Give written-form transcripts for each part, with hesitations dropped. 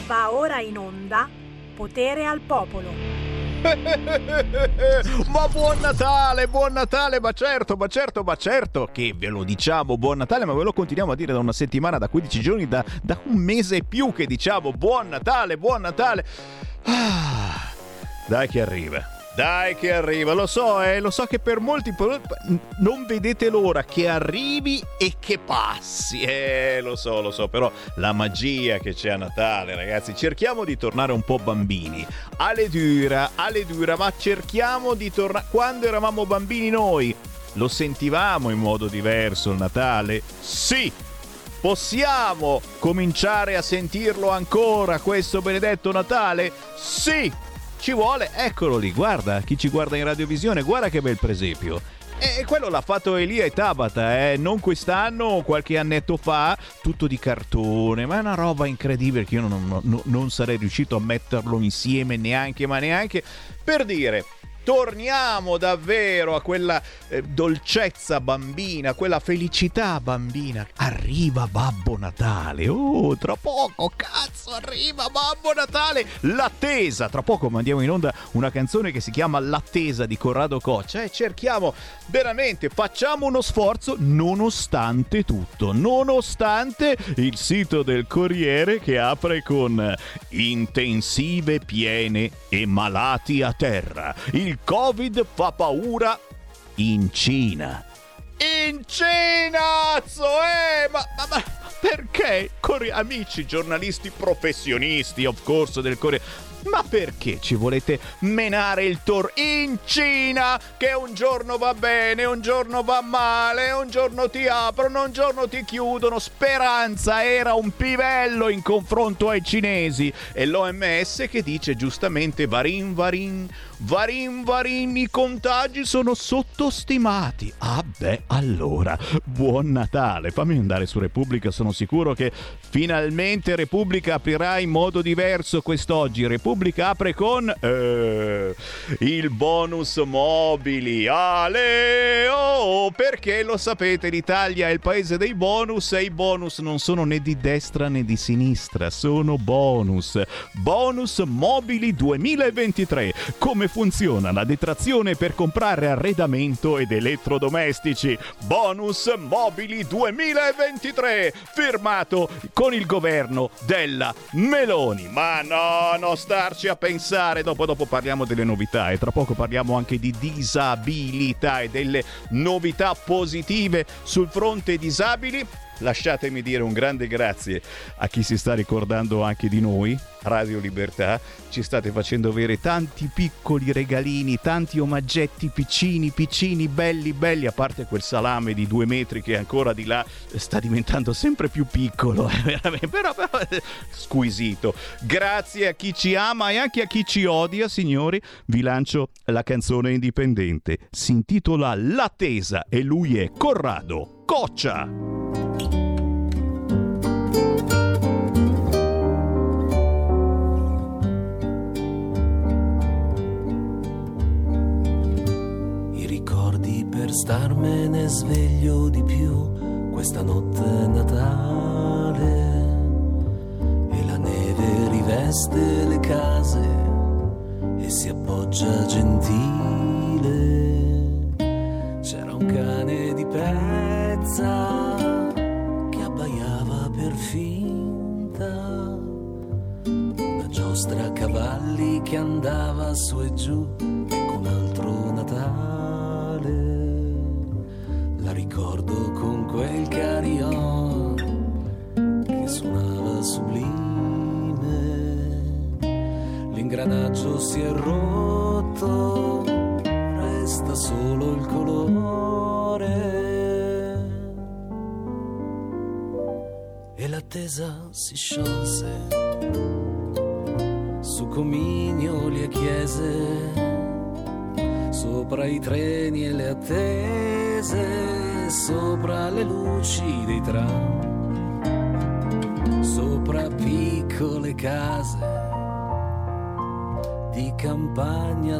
Va ora in onda Potere al Popolo. Ma buon Natale, ma certo che ve lo diciamo buon Natale, ma ve lo continuiamo a dire da una settimana, da 15 giorni, da un mese e più che diciamo buon Natale. Dai che arriva, lo so che per molti non vedete l'ora che arrivi e che passi, lo so, però la magia che c'è a Natale, ragazzi, cerchiamo di tornare un po' bambini, alle dura, ma cerchiamo di tornare, quando eravamo bambini noi, lo sentivamo in modo diverso il Natale? Sì! Possiamo cominciare a sentirlo ancora questo benedetto Natale? Sì! Ci vuole, eccolo lì, guarda, chi ci guarda in radiovisione, guarda che bel presepio. E quello l'ha fatto Elia e Tabata, non quest'anno, qualche annetto fa, tutto di cartone, ma è una roba incredibile che io non sarei riuscito a metterlo insieme neanche, per dire... Torniamo davvero a quella dolcezza bambina, quella felicità bambina. Arriva Babbo Natale. Oh, tra poco, cazzo, arriva Babbo Natale. L'attesa. Tra poco mandiamo in onda una canzone che si chiama L'attesa di Corrado Coccia. E cerchiamo veramente, facciamo uno sforzo nonostante tutto. Nonostante il sito del Corriere che apre con intensive piene e malati a terra. Il Covid fa paura in Cina. Ma perché? Amici giornalisti professionisti, of course, del Corriere. Ma perché ci volete menare il in Cina? Che un giorno va bene, un giorno va male, un giorno ti aprono, un giorno ti chiudono. Speranza era un pivello in confronto ai cinesi. E l'OMS che dice giustamente varin, i contagi sono sottostimati. Ah beh, allora, buon Natale. Fammi andare su Repubblica, sono sicuro che finalmente Repubblica aprirà in modo diverso quest'oggi. Repubblica apre con il bonus mobili. Perché lo sapete, l'Italia è il paese dei bonus e i bonus non sono né di destra né di sinistra, sono bonus. Bonus mobili 2023. Come funziona la detrazione per comprare arredamento ed elettrodomestici? Bonus mobili 2023, firmato con il governo della Meloni. Ma no, starci a pensare, dopo parliamo delle novità e tra poco parliamo anche di disabilità e delle novità positive sul fronte disabili. Lasciatemi dire un grande grazie a chi si sta ricordando anche di noi, Radio Libertà. Ci state facendo avere tanti piccoli regalini, tanti omaggetti piccini, belli, a parte quel salame di 2 metri che ancora di là sta diventando sempre più piccolo, veramente, però squisito. Grazie a chi ci ama e anche a chi ci odia, signori. Vi lancio la canzone indipendente, si intitola L'attesa e lui è Corrado Coccia. Per starmene sveglio di più questa notte Natale e la neve riveste le case e si appoggia gentile. C'era un cane di pezza che abbaiava per finta, una giostra a cavalli che andava su e giù, ecco un altro Natale. La ricordo con quel carillon che suonava sublime. L'ingranaggio si è rotto, resta solo il colore. E l'attesa si sciolse su comignoli e chiese, sopra i treni e le attese, sopra le luci dei tram, sopra piccole case di campagna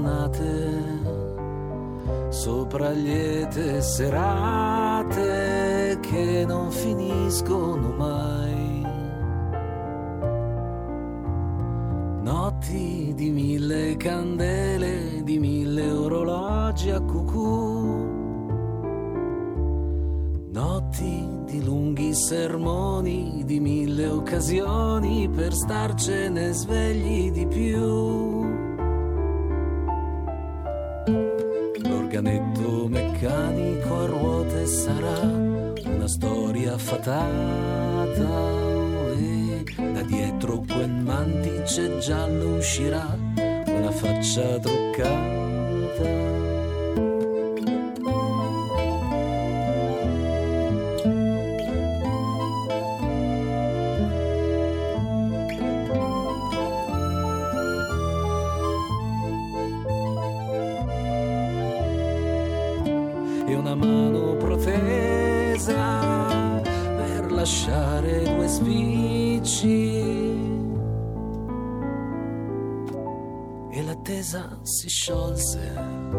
assonnate, sopra liete serate che non finiscono mai. Notti di 1000 candele, di 1000 orologi a cucù. Notti di lunghi sermoni, di 1000 occasioni per starcene svegli di più. L'organetto meccanico a ruote sarà una storia fatata, e da dietro quel mantice giallo uscirà una faccia truccata. E una mano protesa per lasciare 2 spicci, e l'attesa si sciolse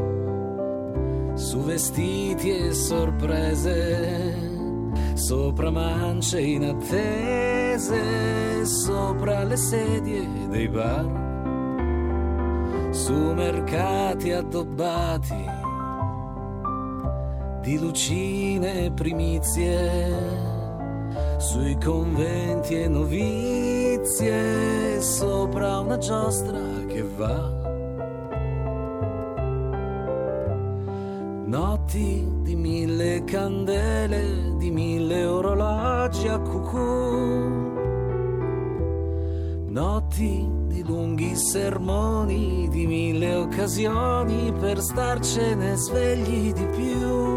su vestiti e sorprese, sopra mance inattese, sopra le sedie dei bar, su mercati addobbati di lucine e primizie, sui conventi e novizie, sopra una giostra che va. Notti di 1000 candele, di 1000 orologi a cucù. Notti di lunghi sermoni, di 1000 occasioni per starcene svegli di più.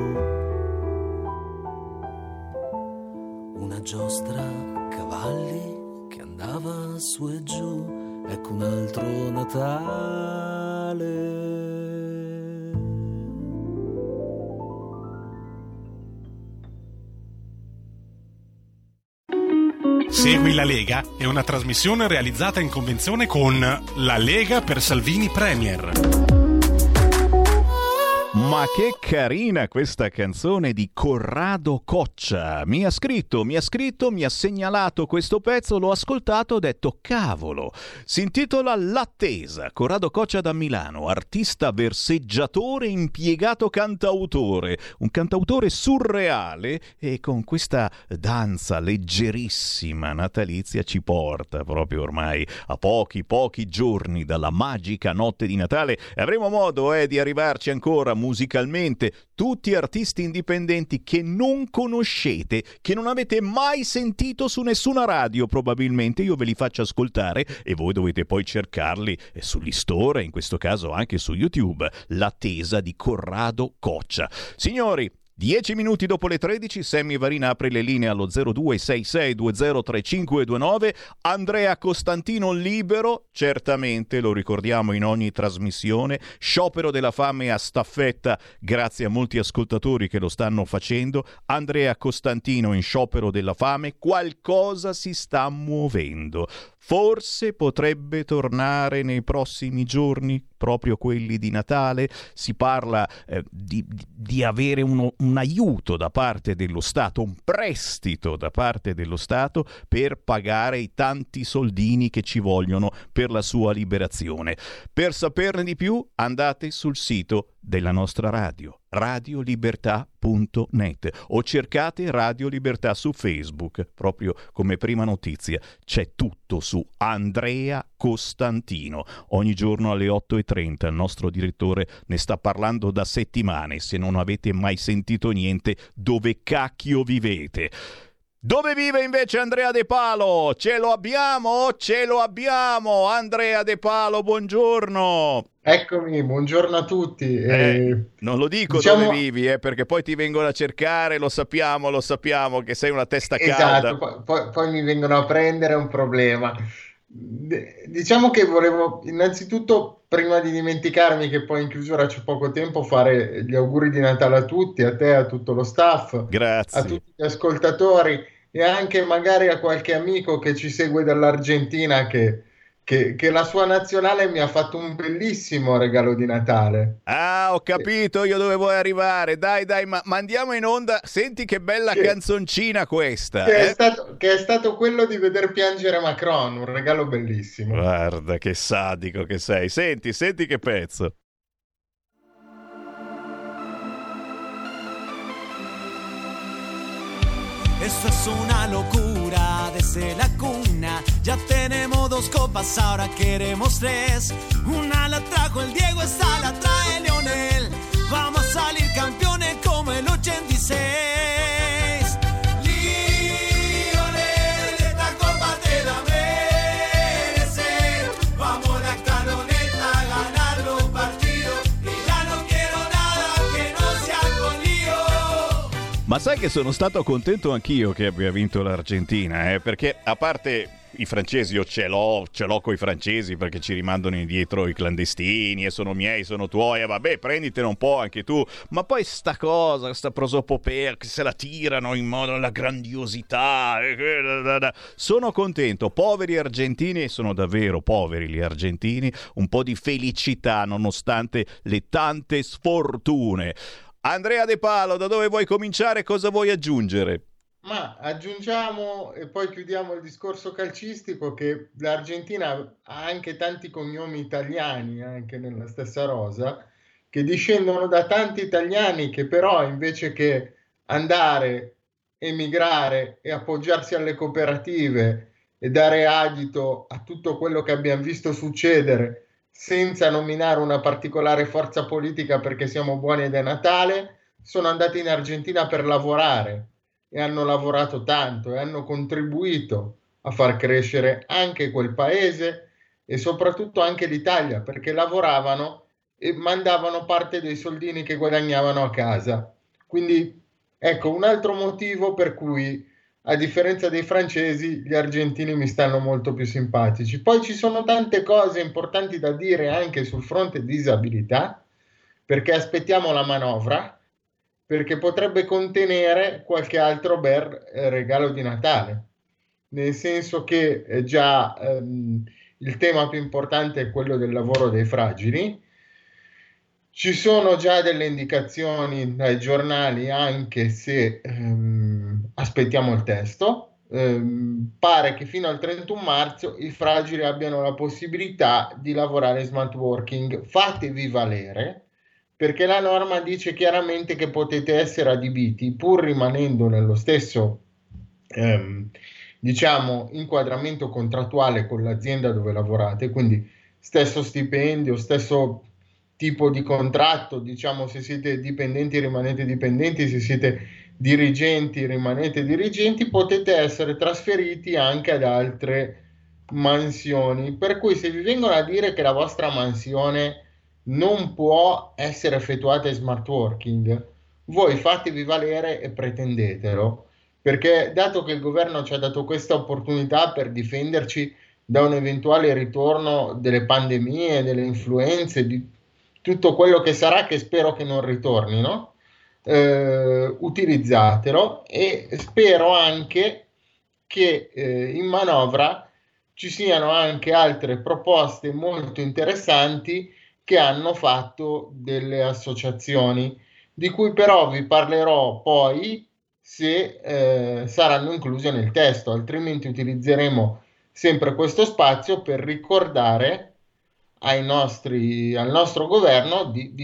Una giostra a cavalli che andava su e giù, ecco un altro Natale. Segui la Lega è una trasmissione realizzata in convenzione con La Lega per Salvini Premier. Ma che carina questa canzone di Corrado Coccia. Mi ha scritto, mi ha segnalato questo pezzo, l'ho ascoltato, ho detto cavolo. Si intitola L'attesa. Corrado Coccia da Milano, artista verseggiatore, impiegato cantautore, un cantautore surreale, e con questa danza leggerissima natalizia ci porta proprio ormai a pochi giorni dalla magica notte di Natale. Avremo modo di arrivarci ancora musicalmente, tutti artisti indipendenti che non conoscete, che non avete mai sentito su nessuna radio probabilmente. Io ve li faccio ascoltare e voi dovete poi cercarli sugli store, in questo caso anche su YouTube. L'attesa di Corrado Coccia. Signori, 10 minuti dopo le 13, Sammy Varina apre le linee allo 0266203529. Andrea Costantino libero, certamente, lo ricordiamo in ogni trasmissione. Sciopero della fame a staffetta, grazie a molti ascoltatori che lo stanno facendo. Andrea Costantino in sciopero della fame, qualcosa si sta muovendo. Forse potrebbe tornare nei prossimi giorni, proprio quelli di Natale. Si parla di avere un aiuto da parte dello Stato, un prestito da parte dello Stato per pagare i tanti soldini che ci vogliono per la sua liberazione. Per saperne di più andate sul sito della nostra radio, radiolibertà.net, o cercate Radio Libertà su Facebook, proprio come prima notizia. C'è tutto su Andrea Costantino. Ogni giorno alle 8:30 il nostro direttore ne sta parlando da settimane. Se non avete mai sentito niente, dove cacchio vivete? Dove vive invece Andrea De Palo? Ce lo abbiamo? Andrea De Palo, buongiorno. Eccomi, buongiorno a tutti. Non lo dico dove vivi, perché poi ti vengono a cercare, lo sappiamo che sei una testa calda. Esatto, poi mi vengono a prendere, è un problema. Diciamo che volevo innanzitutto, prima di dimenticarmi che poi in chiusura c'è poco tempo, fare gli auguri di Natale a tutti, a te, a tutto lo staff, grazie, a tutti gli ascoltatori e anche magari a qualche amico che ci segue dall'Argentina che che la sua nazionale mi ha fatto un bellissimo regalo di Natale. Ah, ho capito io dove vuoi arrivare. Dai, ma andiamo in onda. Senti che bella canzoncina questa. Che è stato quello di veder piangere Macron, un regalo bellissimo. Guarda che sadico che sei. Senti che pezzo. Esto es una locura desde la cuna. Ya tenemos 2 copas, ahora queremos 3. Una la trajo el Diego, esta la trae Lionel. Vamos a salir campeones como el 86. Lionel, esta copa te la mereces. Vamos la canoneta a ganar los partidos. Y ya no quiero nada que no sea con lío. Ma sai che sono stato contento anch'io che abbia vinto l'Argentina, perché a parte i francesi, io ce l'ho coi francesi perché ci rimandano indietro i clandestini e sono miei, sono tuoi, e vabbè, prenditene un po' anche tu, ma poi sta prosopopea che se la tirano in modo alla grandiosità, sono contento. Poveri argentini, sono davvero poveri gli argentini, un po' di felicità nonostante le tante sfortune. Andrea De Palo, da dove vuoi cominciare? Cosa vuoi aggiungere? Ma aggiungiamo e poi chiudiamo il discorso calcistico che l'Argentina ha anche tanti cognomi italiani, anche nella stessa rosa, che discendono da tanti italiani che però invece che andare, emigrare e appoggiarsi alle cooperative e dare adito a tutto quello che abbiamo visto succedere senza nominare una particolare forza politica perché siamo buoni ed è Natale, sono andati in Argentina per lavorare. E hanno lavorato tanto e hanno contribuito a far crescere anche quel paese e soprattutto anche l'Italia, perché lavoravano e mandavano parte dei soldini che guadagnavano a casa. Quindi ecco un altro motivo per cui, a differenza dei francesi, gli argentini mi stanno molto più simpatici. Poi ci sono tante cose importanti da dire anche sul fronte disabilità, perché aspettiamo la manovra, perché potrebbe contenere qualche altro bel regalo di Natale, nel senso che già il tema più importante è quello del lavoro dei fragili. Ci sono già delle indicazioni dai giornali, anche se aspettiamo il testo. Pare che fino al 31 marzo i fragili abbiano la possibilità di lavorare in smart working. Fatevi valere, perché la norma dice chiaramente che potete essere adibiti pur rimanendo nello stesso inquadramento contrattuale con l'azienda dove lavorate, quindi stesso stipendio, stesso tipo di contratto, se siete dipendenti rimanete dipendenti, se siete dirigenti rimanete dirigenti, potete essere trasferiti anche ad altre mansioni, per cui se vi vengono a dire che la vostra mansione non può essere effettuata in smart working, voi fatevi valere e pretendetelo, perché dato che il governo ci ha dato questa opportunità per difenderci da un eventuale ritorno delle pandemie, delle influenze, di tutto quello che sarà, che spero che non ritornino, utilizzatelo, e spero anche che in manovra ci siano anche altre proposte molto interessanti che hanno fatto delle associazioni, di cui però vi parlerò poi se saranno incluse nel testo, altrimenti utilizzeremo sempre questo spazio per ricordare al nostro governo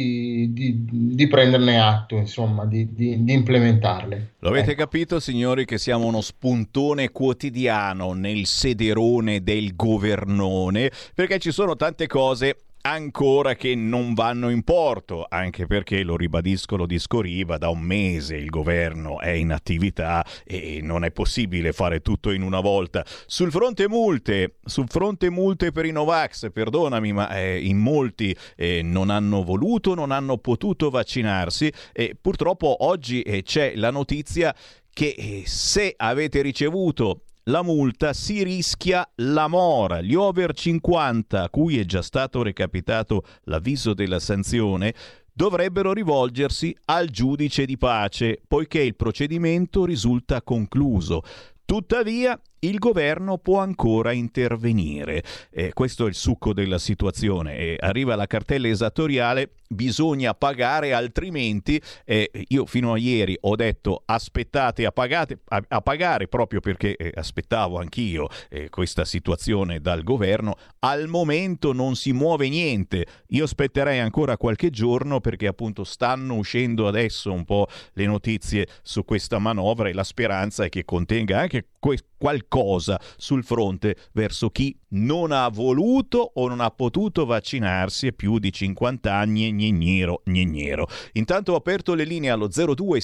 di prenderne atto, insomma, di implementarle. Lo avete capito, signori, che siamo uno spuntone quotidiano nel sederone del governone, perché ci sono tante cose ancora che non vanno in porto, anche perché, lo ribadisco, lo discorriva, da un mese il governo è in attività e non è possibile fare tutto in una volta. Sul fronte multe per i Novax, perdonami, ma in molti non hanno voluto, non hanno potuto vaccinarsi, e purtroppo oggi c'è la notizia che se avete ricevuto la multa si rischia la mora. Gli over 50 a cui è già stato recapitato l'avviso della sanzione dovrebbero rivolgersi al giudice di pace, poiché il procedimento risulta concluso. Tuttavia, il governo può ancora intervenire. Questo è il succo della situazione. Arriva la cartella esattoriale, bisogna pagare, altrimenti io fino a ieri ho detto aspettate a pagare proprio perché aspettavo anch'io questa situazione dal governo. Al momento non si muove niente, io aspetterei ancora qualche giorno perché appunto stanno uscendo adesso un po' le notizie su questa manovra e la speranza è che contenga anche qualcosa sul fronte verso chi non ha voluto o non ha potuto vaccinarsi e più di 50 anni gnignero. Intanto ho aperto le linee allo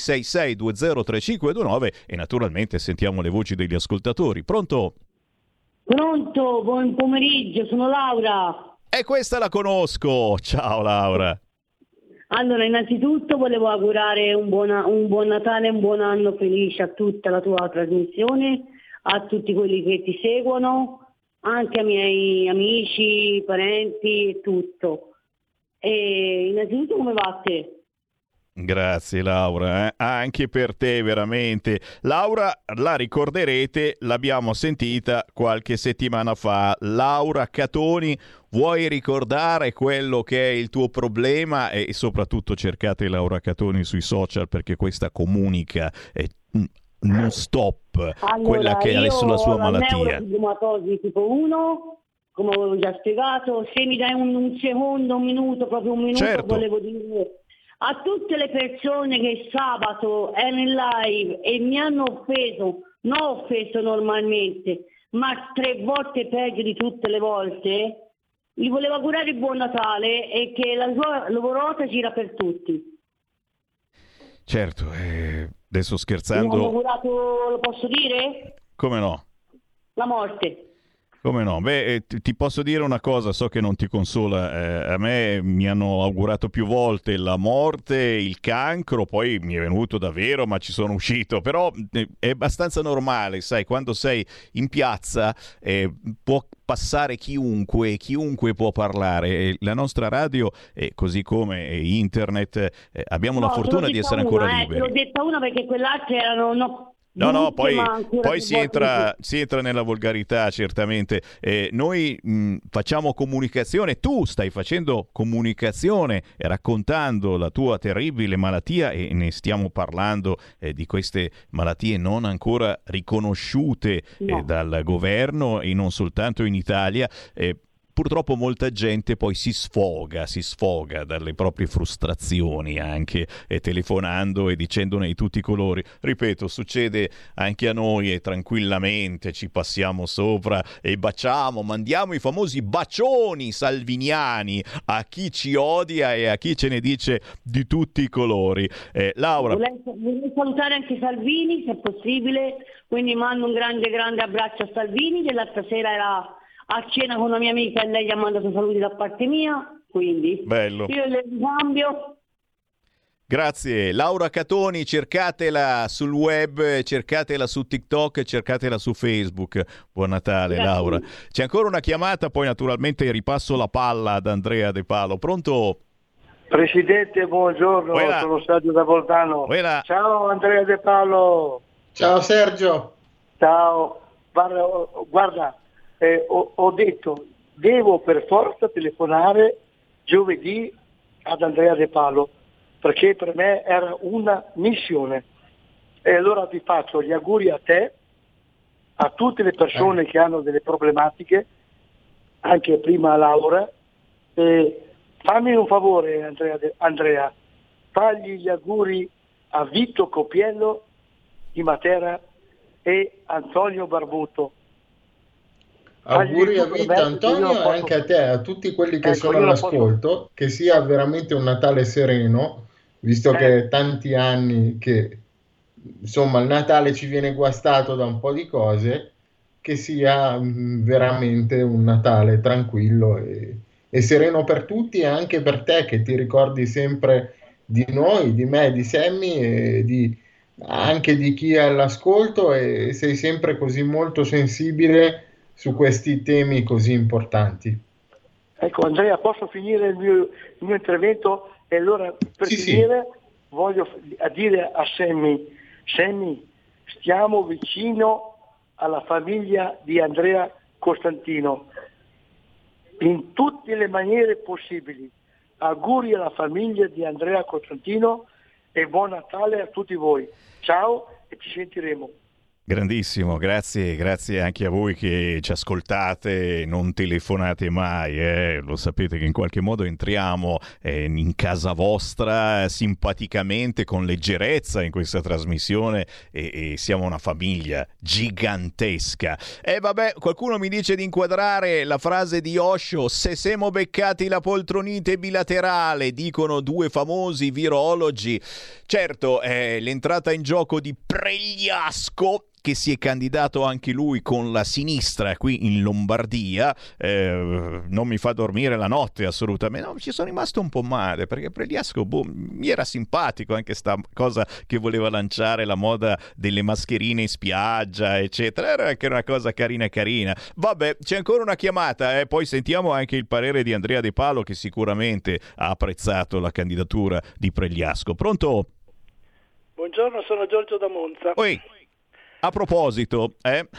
0266203529 e naturalmente sentiamo le voci degli ascoltatori. Pronto? Pronto, buon pomeriggio, sono Laura. E questa la conosco. Ciao Laura. Allora, innanzitutto volevo augurare un buon Natale e un buon anno felice a tutta la tua trasmissione, a tutti quelli che ti seguono, anche ai miei amici, parenti e tutto. E innanzitutto come va a te? Grazie Laura, anche per te veramente. Laura, la ricorderete, l'abbiamo sentita qualche settimana fa. Laura Catoni, vuoi ricordare quello che è il tuo problema e soprattutto cercate Laura Catoni sui social perché questa comunica non stop quella che è adesso la sua malattia. Io ho la neurofibromatosi tipo 1, come avevo già spiegato. Se mi dai un secondo, un minuto, proprio un minuto, certo. Volevo dire a tutte le persone che sabato erano in live e mi hanno offeso, non offeso normalmente, ma 3 volte peggio di tutte le volte, gli volevo augurare buon Natale e che la sua ruota gira per tutti. Certo, adesso scherzando... Mi hanno augurato, lo posso dire? Come no? La morte. Come no? Beh, ti posso dire una cosa, so che non ti consola, a me mi hanno augurato più volte la morte, il cancro, poi mi è venuto davvero, ma ci sono uscito, però è abbastanza normale, sai, quando sei in piazza può passare chiunque può parlare. La nostra radio, così come internet, abbiamo la fortuna di essere ancora liberi. L'ho detta una perché quell'altra erano... No, poi si entra nella volgarità, certamente. Noi facciamo comunicazione, tu stai facendo comunicazione raccontando la tua terribile malattia e ne stiamo parlando di queste malattie non ancora riconosciute dal governo e non soltanto in Italia. Purtroppo molta gente poi si sfoga dalle proprie frustrazioni anche telefonando e dicendone di tutti i colori. Ripeto, succede anche a noi e tranquillamente ci passiamo sopra e baciamo, mandiamo i famosi bacioni salviniani a chi ci odia e a chi ce ne dice di tutti i colori. Laura. Vorrei salutare anche Salvini se è possibile, quindi mando un grande abbraccio a Salvini, che l'altra sera era a cena con una mia amica e lei gli ha mandato saluti da parte mia, quindi bello. Io le ricambio. Grazie. Laura Catoni, cercatela sul web, cercatela su TikTok, cercatela su Facebook. Buon Natale. Grazie. Laura. C'è ancora una chiamata, poi naturalmente ripasso la palla ad Andrea De Palo. Pronto? Presidente, buongiorno, sono Sergio da Bolzano. Ciao Andrea De Palo. Ciao Sergio. Ciao. Guarda, ho detto, devo per forza telefonare giovedì ad Andrea De Palo, perché per me era una missione. E allora ti faccio gli auguri a te, a tutte le persone che hanno delle problematiche, anche prima a Laura, e fammi un favore Andrea, fagli gli auguri a Vito Copiello di Matera e Antonio Barbuto. Auguri a Vito, Antonio, e anche a te, a tutti quelli che sono all'ascolto, che sia veramente un Natale sereno, visto che è tanti anni che insomma il Natale ci viene guastato da un po' di cose, che sia veramente un Natale tranquillo e sereno per tutti, e anche per te che ti ricordi sempre di noi, di me, di Sammy e anche di chi è all'ascolto, e sei sempre così molto sensibile su questi temi così importanti. Ecco Andrea, posso finire il mio intervento? E allora per finire voglio dire a Sammy, stiamo vicino alla famiglia di Andrea Costantino in tutte le maniere possibili. Auguri alla famiglia di Andrea Costantino e buon Natale a tutti voi. Ciao e ci sentiremo. Grandissimo, grazie anche a voi che ci ascoltate, non telefonate mai, lo sapete che in qualche modo entriamo in casa vostra simpaticamente, con leggerezza in questa trasmissione e siamo una famiglia gigantesca. E vabbè, qualcuno mi dice di inquadrare la frase di Osho: se siamo beccati la poltronite bilaterale, dicono due famosi virologi. Certo, l'entrata in gioco di Pregliasco, che si è candidato anche lui con la sinistra qui in Lombardia, non mi fa dormire la notte assolutamente. No, ci sono rimasto un po' male perché Pregliasco mi era simpatico, anche sta cosa che voleva lanciare la moda delle mascherine in spiaggia eccetera, era anche una cosa carina. Vabbè, c'è ancora una chiamata, poi sentiamo anche il parere di Andrea De Palo, che sicuramente ha apprezzato la candidatura di Pregliasco. Pronto? Buongiorno, sono Giorgio da Monza. Oi. A proposito,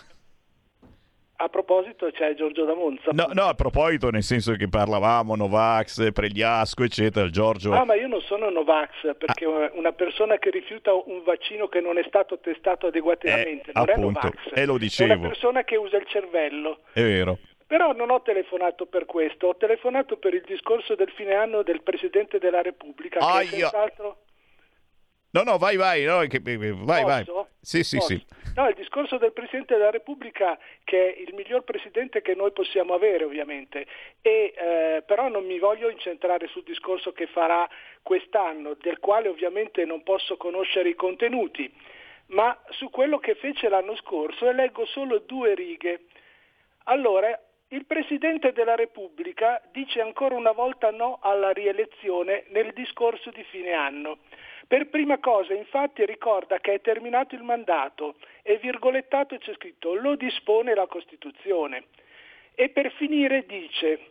A proposito, c'è Giorgio da Monza. No, a proposito, nel senso che parlavamo Novax, Pregliasco, eccetera, Giorgio. Ah, ma io non sono Novax, perché una persona che rifiuta un vaccino che non è stato testato adeguatamente non appunto, è Novax. e lo dicevo. È una persona che usa il cervello. È vero. Però non ho telefonato per questo, ho telefonato per il discorso del fine anno del Presidente della Repubblica, che è senz'altro... No, vai, vai. Sì. No, il discorso del Presidente della Repubblica, che è il miglior Presidente che noi possiamo avere, ovviamente, e però non mi voglio incentrare sul discorso che farà quest'anno, del quale ovviamente non posso conoscere i contenuti, ma su quello che fece l'anno scorso, e leggo solo 2 righe. Allora, il Presidente della Repubblica dice ancora una volta no alla rielezione nel discorso di fine anno. Per prima cosa, infatti, ricorda che è terminato il mandato e virgolettato c'è scritto lo dispone la Costituzione. E per finire dice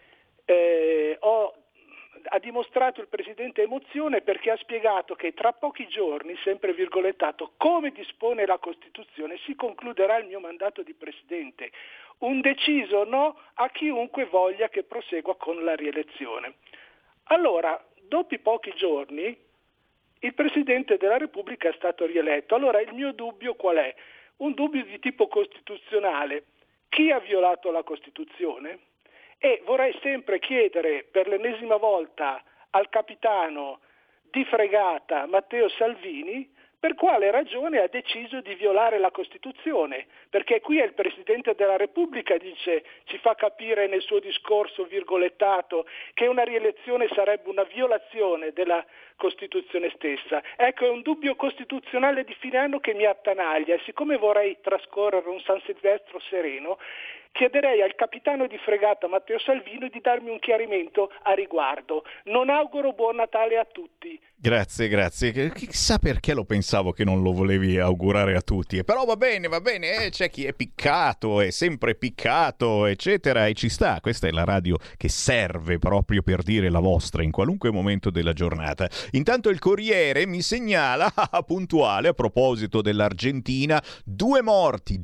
ha dimostrato il Presidente emozione perché ha spiegato che tra pochi giorni, sempre virgolettato, come dispone la Costituzione, si concluderà il mio mandato di Presidente. Un deciso no a chiunque voglia che prosegua con la rielezione. Allora, dopo i pochi giorni, il Presidente della Repubblica è stato rieletto. Allora il mio dubbio qual è? Un dubbio di tipo costituzionale. Chi ha violato la Costituzione? E vorrei sempre chiedere per l'ennesima volta al capitano di fregata Matteo Salvini per quale ragione ha deciso di violare la Costituzione, perché qui è il Presidente della Repubblica, ci fa capire nel suo discorso virgolettato che una rielezione sarebbe una violazione della Costituzione stessa. Ecco, è un dubbio costituzionale di fine anno che mi attanaglia, e siccome vorrei trascorrere un San Silvestro sereno, chiederei al capitano di fregata Matteo Salvini di darmi un chiarimento a riguardo. Non auguro buon Natale a tutti. Grazie. Chissà perché lo pensavo che non lo volevi augurare a tutti. Però va bene, c'è chi è piccato, è sempre piccato, eccetera, e ci sta. Questa è la radio che serve proprio per dire la vostra in qualunque momento della giornata. Intanto il Corriere mi segnala, puntuale, a proposito dell'Argentina, 2 morti,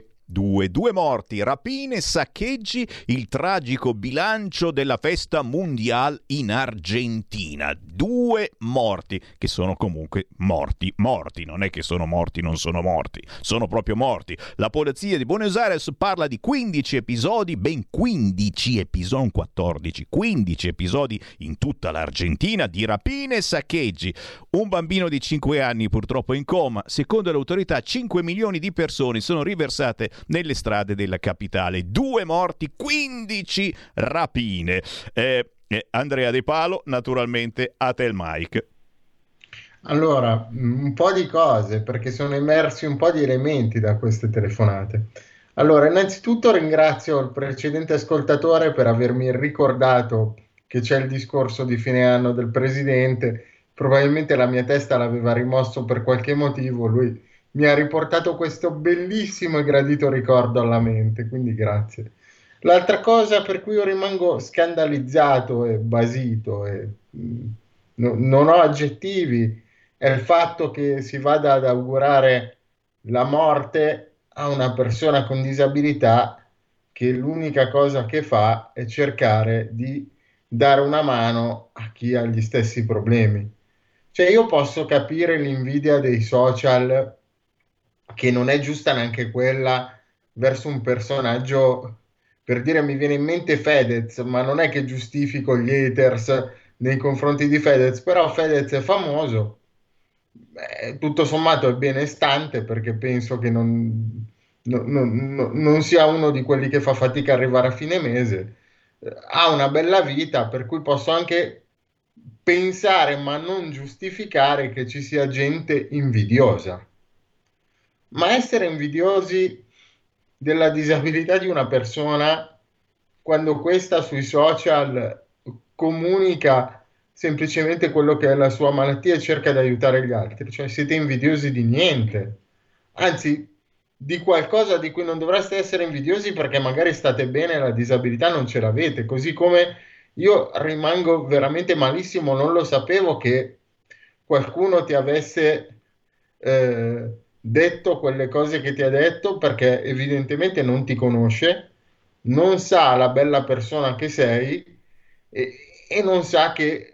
Due morti, rapine, saccheggi, il tragico bilancio della festa mondiale in Argentina. 2 morti, che sono comunque morti, non è che sono morti, non sono morti, sono proprio morti. La polizia di Buenos Aires parla di 15 episodi, ben 15 episodi, non 14, 15 episodi in tutta l'Argentina di rapine e saccheggi. Un bambino di 5 anni purtroppo in coma. Secondo le autorità 5 milioni di persone sono riversate nelle strade della capitale. 2 morti, 15 rapine. Andrea De Palo, naturalmente, a te il mic. Allora, un po' di cose, perché sono emersi un po' di elementi da queste telefonate. Allora, innanzitutto ringrazio il precedente ascoltatore per avermi ricordato che c'è il discorso di fine anno del Presidente. Probabilmente la mia testa l'aveva rimosso per qualche motivo, lui mi ha riportato questo bellissimo e gradito ricordo alla mente, quindi grazie. L'altra cosa per cui io rimango scandalizzato e basito e non ho aggettivi è il fatto che si vada ad augurare la morte a una persona con disabilità che l'unica cosa che fa è cercare di dare una mano a chi ha gli stessi problemi. Cioè io posso capire l'invidia dei social, che non è giusta neanche quella verso un personaggio, per dire, mi viene in mente Fedez, ma non è che giustifico gli haters nei confronti di Fedez, però Fedez è famoso, tutto sommato è benestante, perché penso che non sia uno di quelli che fa fatica a arrivare a fine mese, ha una bella vita, per cui posso anche pensare, ma non giustificare, che ci sia gente invidiosa. Ma essere invidiosi della disabilità di una persona quando questa sui social comunica semplicemente quello che è la sua malattia e cerca di aiutare gli altri, cioè siete invidiosi di niente, anzi di qualcosa di cui non dovreste essere invidiosi, perché magari state bene e la disabilità non ce l'avete, così come io rimango veramente malissimo, non lo sapevo che qualcuno ti avesse detto quelle cose che ti ha detto, perché evidentemente non ti conosce, non sa la bella persona che sei e non sa che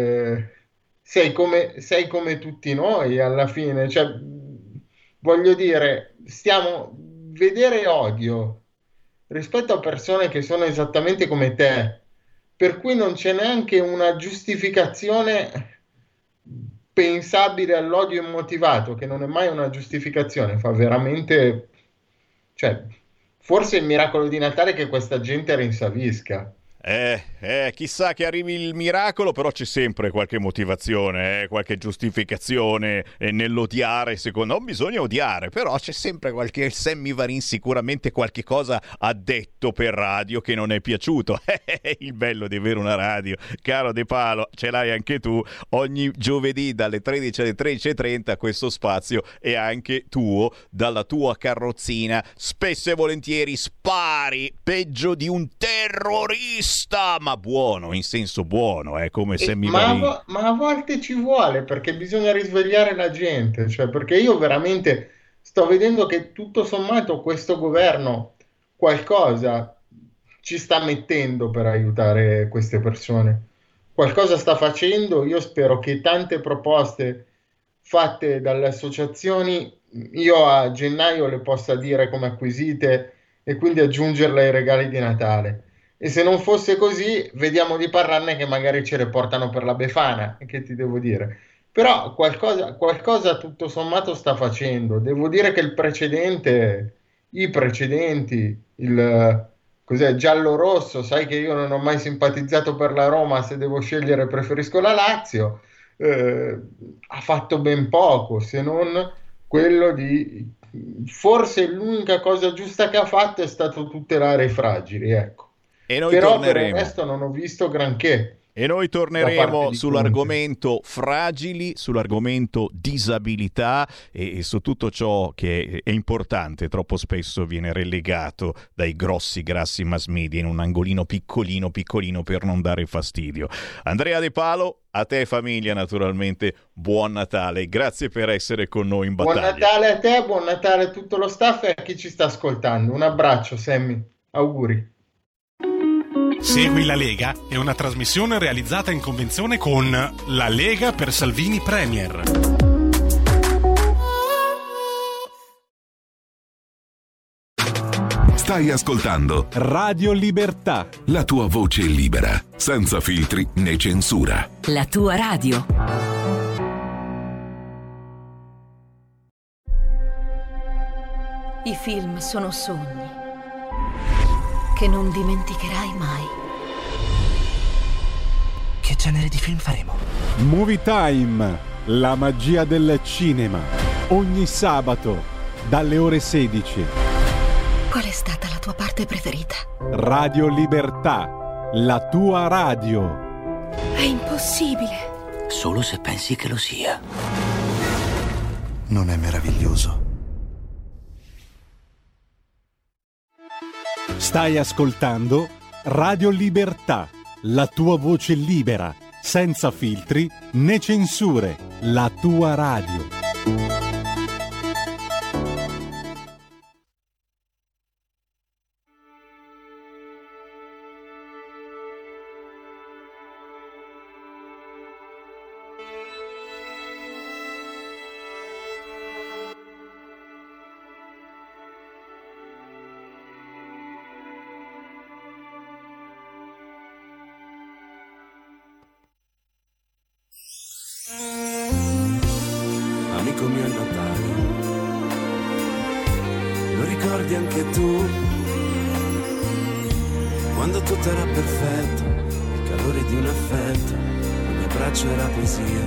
sei come tutti noi alla fine. Cioè, voglio dire, vedere odio rispetto a persone che sono esattamente come te, per cui non c'è neanche una giustificazione pensabile all'odio immotivato, che non è mai una giustificazione, fa veramente, cioè, forse è il miracolo di Natale che questa gente rinsavisca. Chissà che arrivi il miracolo, però c'è sempre qualche motivazione, qualche giustificazione nell'odiare. Secondo non bisogna odiare, però c'è sempre qualche Sammy Varin, sicuramente qualche cosa ha detto per radio che non è piaciuto. Il bello di avere una radio, caro De Palo, ce l'hai anche tu. Ogni giovedì dalle 13 alle 13:30 questo spazio è anche tuo, dalla tua carrozzina. Spesso e volentieri spari peggio di un terrorista, ma buono, in senso buono, come se mi ma a volte ci vuole, perché bisogna risvegliare la gente, cioè, perché io veramente sto vedendo che tutto sommato questo governo qualcosa ci sta mettendo per aiutare queste persone, qualcosa sta facendo. Io spero che tante proposte fatte dalle associazioni io a gennaio le possa dire come acquisite e quindi aggiungerle ai regali di Natale. E se non fosse così, vediamo di parlarne, che magari ce le portano per la Befana, che ti devo dire. Però qualcosa tutto sommato sta facendo. Devo dire che i precedenti, cos'è, giallo-rosso, sai che io non ho mai simpatizzato per la Roma, se devo scegliere preferisco la Lazio, ha fatto ben poco, se non quello di... Forse l'unica cosa giusta che ha fatto è stato tutelare i fragili, ecco. E noi però torneremo. Per il resto non ho visto granché. E noi torneremo sull'argomento fragili, sull'argomento disabilità e su tutto ciò che è importante, troppo spesso viene relegato dai grossi mass media in un angolino piccolino per non dare fastidio. Andrea De Palo, a te famiglia naturalmente, buon Natale, grazie per essere con noi in battaglia. Buon Natale a te, buon Natale a tutto lo staff e a chi ci sta ascoltando. Un abbraccio, Sammy, auguri. Segui la Lega è una trasmissione realizzata in convenzione con La Lega per Salvini Premier. Stai ascoltando Radio Libertà, la tua voce libera, senza filtri né censura. La tua radio. I film sono sogni che non dimenticherai mai. Che genere di film faremo? Movie Time, la magia del cinema. Ogni sabato, dalle ore 16. Qual è stata la tua parte preferita? Radio Libertà, la tua radio. È impossibile. Solo se pensi che lo sia. Non è meraviglioso? Stai ascoltando Radio Libertà, la tua voce libera, senza filtri né censure, la tua radio. Amico mio è Natale, lo ricordi anche tu? Quando tutto era perfetto, il calore di un affetto, ogni abbraccio era poesia.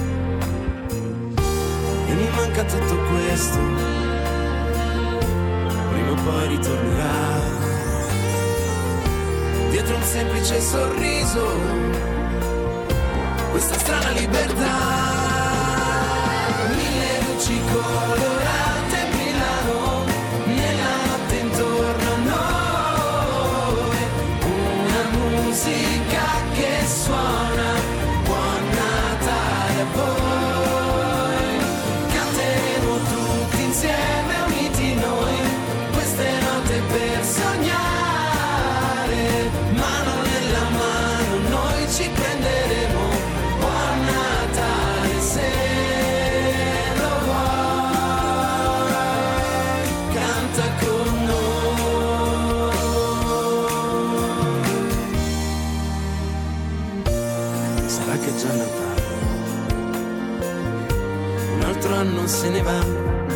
E mi manca tutto questo, prima o poi ritornerà. Dietro un semplice sorriso, questa strana libertà. Mille luci colorate brillano nella notte intorno a noi. Una musica che suona, buon Natale a voi. Canteremo tutti insieme uniti noi, queste note per sognare. Mano nella mano noi ci prenderemo. Buon Natale se lo vuoi, canta con noi. Sarà che già Natale, un altro anno se ne va.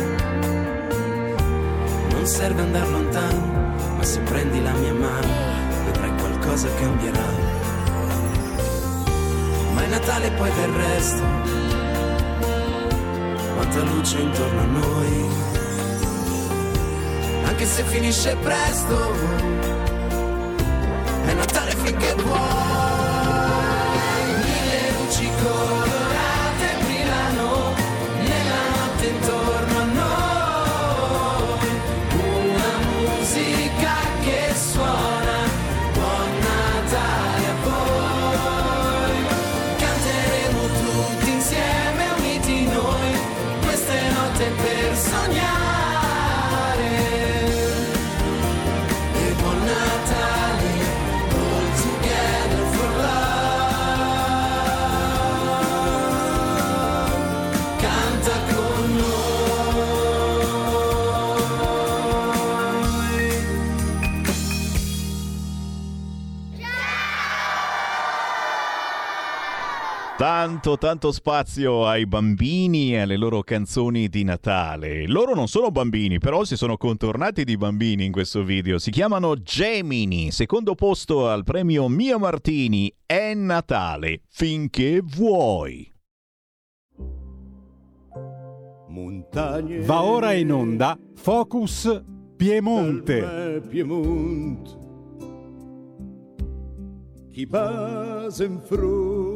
Non serve andar lontano, ma se prendi la mia mano vedrai qualcosa cambierà. Ma è Natale e poi del resto, quanta luce intorno a noi. Anche se finisce presto, è Natale finché vuoi. Mille luci colorate brillano nella notte intorno a noi. Una musica che suona, buon Natale a voi. Canteremo tutti insieme uniti noi, queste notte per sognare. E buon Natale, all together for love. Canta con noi. Tanto spazio ai bambini e alle loro canzoni di Natale. Loro non sono bambini, però si sono contornati di bambini in questo video. Si chiamano Gemini, secondo posto al premio Mia Martini. È Natale finché vuoi. Va ora in onda Focus Piemonte. Piemonte, chi passa in front,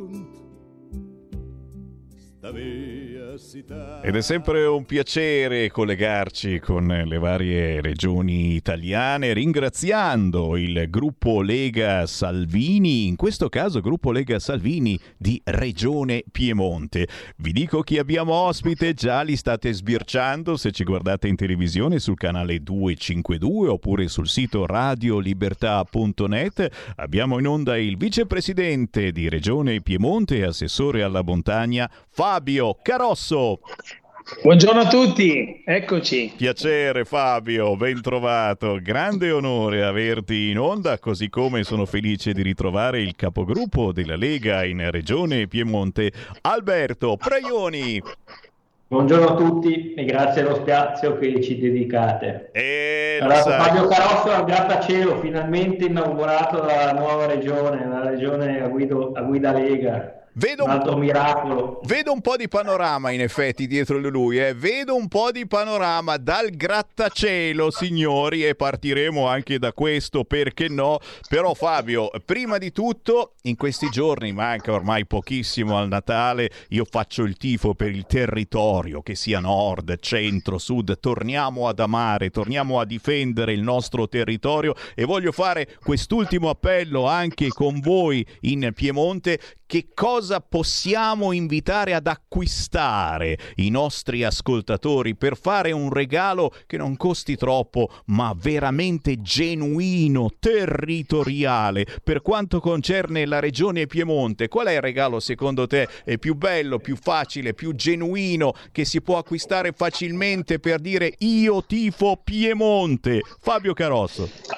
sta via città. Ed è sempre un piacere collegarci con le varie regioni italiane, ringraziando il gruppo Lega Salvini, in questo caso gruppo Lega Salvini di Regione Piemonte. Vi dico chi abbiamo ospite, già li state sbirciando se ci guardate in televisione sul canale 252 oppure sul sito radiolibertà.net. Abbiamo in onda il vicepresidente di Regione Piemonte e assessore alla montagna, Fabio Carosso. Buongiorno a tutti, eccoci. Piacere Fabio, ben trovato. Grande onore averti in onda, così come sono felice di ritrovare il capogruppo della Lega in Regione Piemonte, Alberto Praioni. Buongiorno a tutti e grazie allo spazio che ci dedicate. Allora, Fabio Carosso al grattacielo, finalmente inaugurato dalla nuova regione, la regione a guida Lega. Vedo un altro miracolo. Vedo un po' di panorama in effetti dietro di lui, vedo un po' di panorama dal grattacielo, signori, e partiremo anche da questo, perché no? Però Fabio, prima di tutto, in questi giorni, manca ormai pochissimo al Natale, io faccio il tifo per il territorio, che sia nord, centro, sud, torniamo ad amare, torniamo a difendere il nostro territorio e voglio fare quest'ultimo appello anche con voi in Piemonte. Che cosa possiamo invitare ad acquistare i nostri ascoltatori per fare un regalo che non costi troppo, ma veramente genuino, territoriale? Per quanto concerne la regione Piemonte, qual è il regalo secondo te più bello, più facile, più genuino, che si può acquistare facilmente per dire io tifo Piemonte? Fabio Carosso.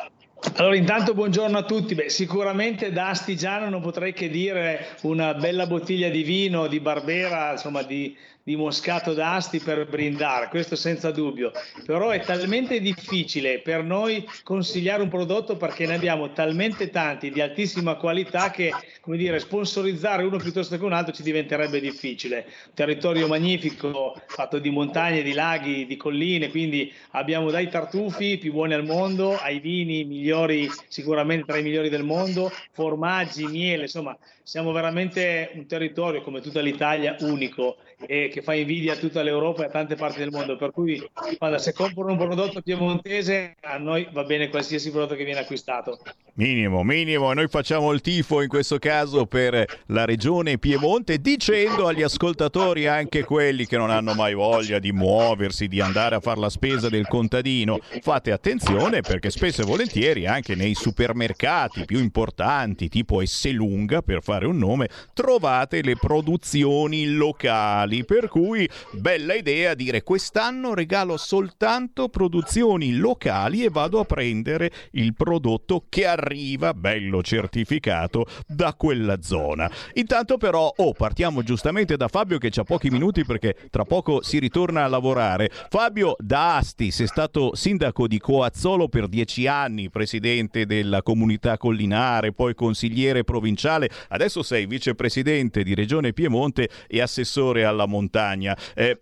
Allora, intanto buongiorno a tutti. Sicuramente da astigiano non potrei che dire una bella bottiglia di vino di Barbera, insomma di Moscato d'Asti per brindare, questo senza dubbio. Però è talmente difficile per noi consigliare un prodotto perché ne abbiamo talmente tanti di altissima qualità che, come dire, sponsorizzare uno piuttosto che un altro ci diventerebbe difficile. Un territorio magnifico, fatto di montagne, di laghi, di colline, quindi abbiamo dai tartufi più buoni al mondo, ai vini migliori, sicuramente tra i migliori del mondo, formaggi, miele, insomma siamo veramente un territorio come tutta l'Italia unico e che fa invidia a tutta l'Europa e a tante parti del mondo, per cui se comprano un prodotto piemontese a noi va bene qualsiasi prodotto che viene acquistato. Minimo, e noi facciamo il tifo in questo caso per la regione Piemonte, dicendo agli ascoltatori, anche quelli che non hanno mai voglia di muoversi, di andare a fare la spesa del contadino, fate attenzione perché spesso e volentieri anche nei supermercati più importanti tipo Esselunga, per fare un nome, trovate le produzioni locali, per cui bella idea dire quest'anno regalo soltanto produzioni locali e vado a prendere il prodotto che arriva bello certificato da quella zona. Intanto però partiamo giustamente da Fabio che c'ha pochi minuti perché tra poco si ritorna a lavorare. Fabio da Asti, sei stato sindaco di Coazzolo per 10 anni, presidente della comunità collinare, poi consigliere provinciale, adesso sei vicepresidente di Regione Piemonte e assessore alla montagna.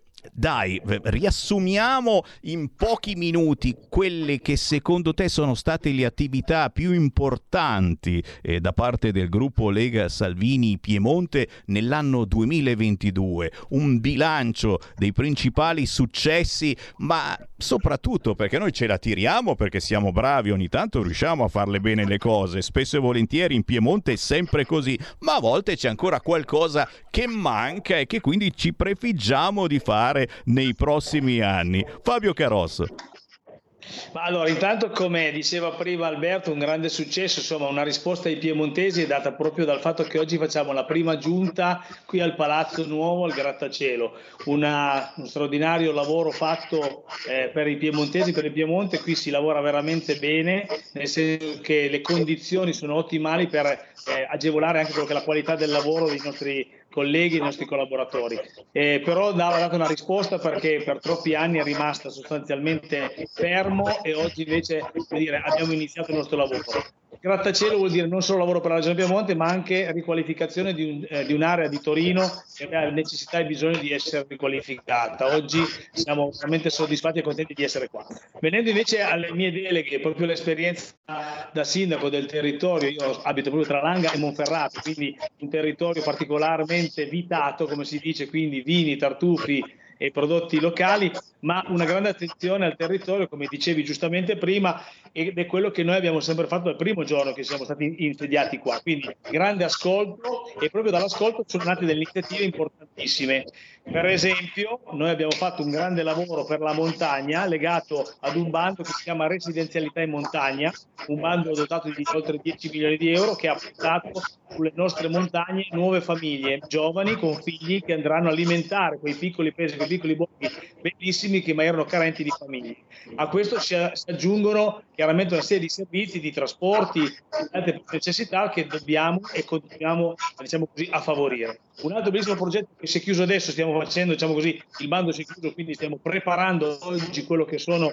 Dai, riassumiamo in pochi minuti quelle che secondo te sono state le attività più importanti da parte del gruppo Lega Salvini Piemonte nell'anno 2022, un bilancio dei principali successi, ma soprattutto perché noi ce la tiriamo perché siamo bravi, ogni tanto riusciamo a farle bene le cose, spesso e volentieri in Piemonte è sempre così, ma a volte c'è ancora qualcosa che manca e che quindi ci prefiggiamo di fare nei prossimi anni. Fabio Carosso. Ma allora, intanto, come diceva prima Alberto, un grande successo, insomma una risposta ai piemontesi è data proprio dal fatto che oggi facciamo la prima giunta qui al Palazzo Nuovo, al Grattacielo, uno straordinario lavoro fatto per i piemontesi, per il Piemonte. Qui si lavora veramente bene, nel senso che le condizioni sono ottimali per agevolare anche quello che è la qualità del lavoro dei nostri colleghi, i nostri collaboratori, però ha dato una risposta perché per troppi anni è rimasta sostanzialmente fermo e oggi invece abbiamo iniziato il nostro lavoro. Grattacielo vuol dire non solo lavoro per la Regione Piemonte, ma anche riqualificazione di un'area di Torino che ha necessità e bisogno di essere riqualificata. Oggi siamo veramente soddisfatti e contenti di essere qua. Venendo invece alle mie deleghe, proprio l'esperienza da sindaco del territorio, io abito proprio tra Langa e Monferrato, quindi un territorio particolarmente vitato, come si dice, quindi vini, tartufi e prodotti locali, ma una grande attenzione al territorio, come dicevi giustamente prima, ed è quello che noi abbiamo sempre fatto dal primo giorno che siamo stati insediati qua, quindi grande ascolto, e proprio dall'ascolto sono nate delle iniziative importantissime. Per esempio, noi abbiamo fatto un grande lavoro per la montagna legato ad un bando che si chiama Residenzialità in Montagna, un bando dotato di oltre 10 milioni di euro che ha portato sulle nostre montagne nuove famiglie, giovani con figli che andranno a alimentare quei piccoli paesi, quei piccoli borghi bellissimi che mai erano carenti di famiglie. A questo si aggiungono chiaramente una serie di servizi, di trasporti, di altre necessità che dobbiamo e continuiamo, diciamo così, a favorire. Un altro bellissimo progetto che si è chiuso adesso, stiamo facendo, diciamo così, il bando si è chiuso, quindi stiamo preparando oggi quello che sono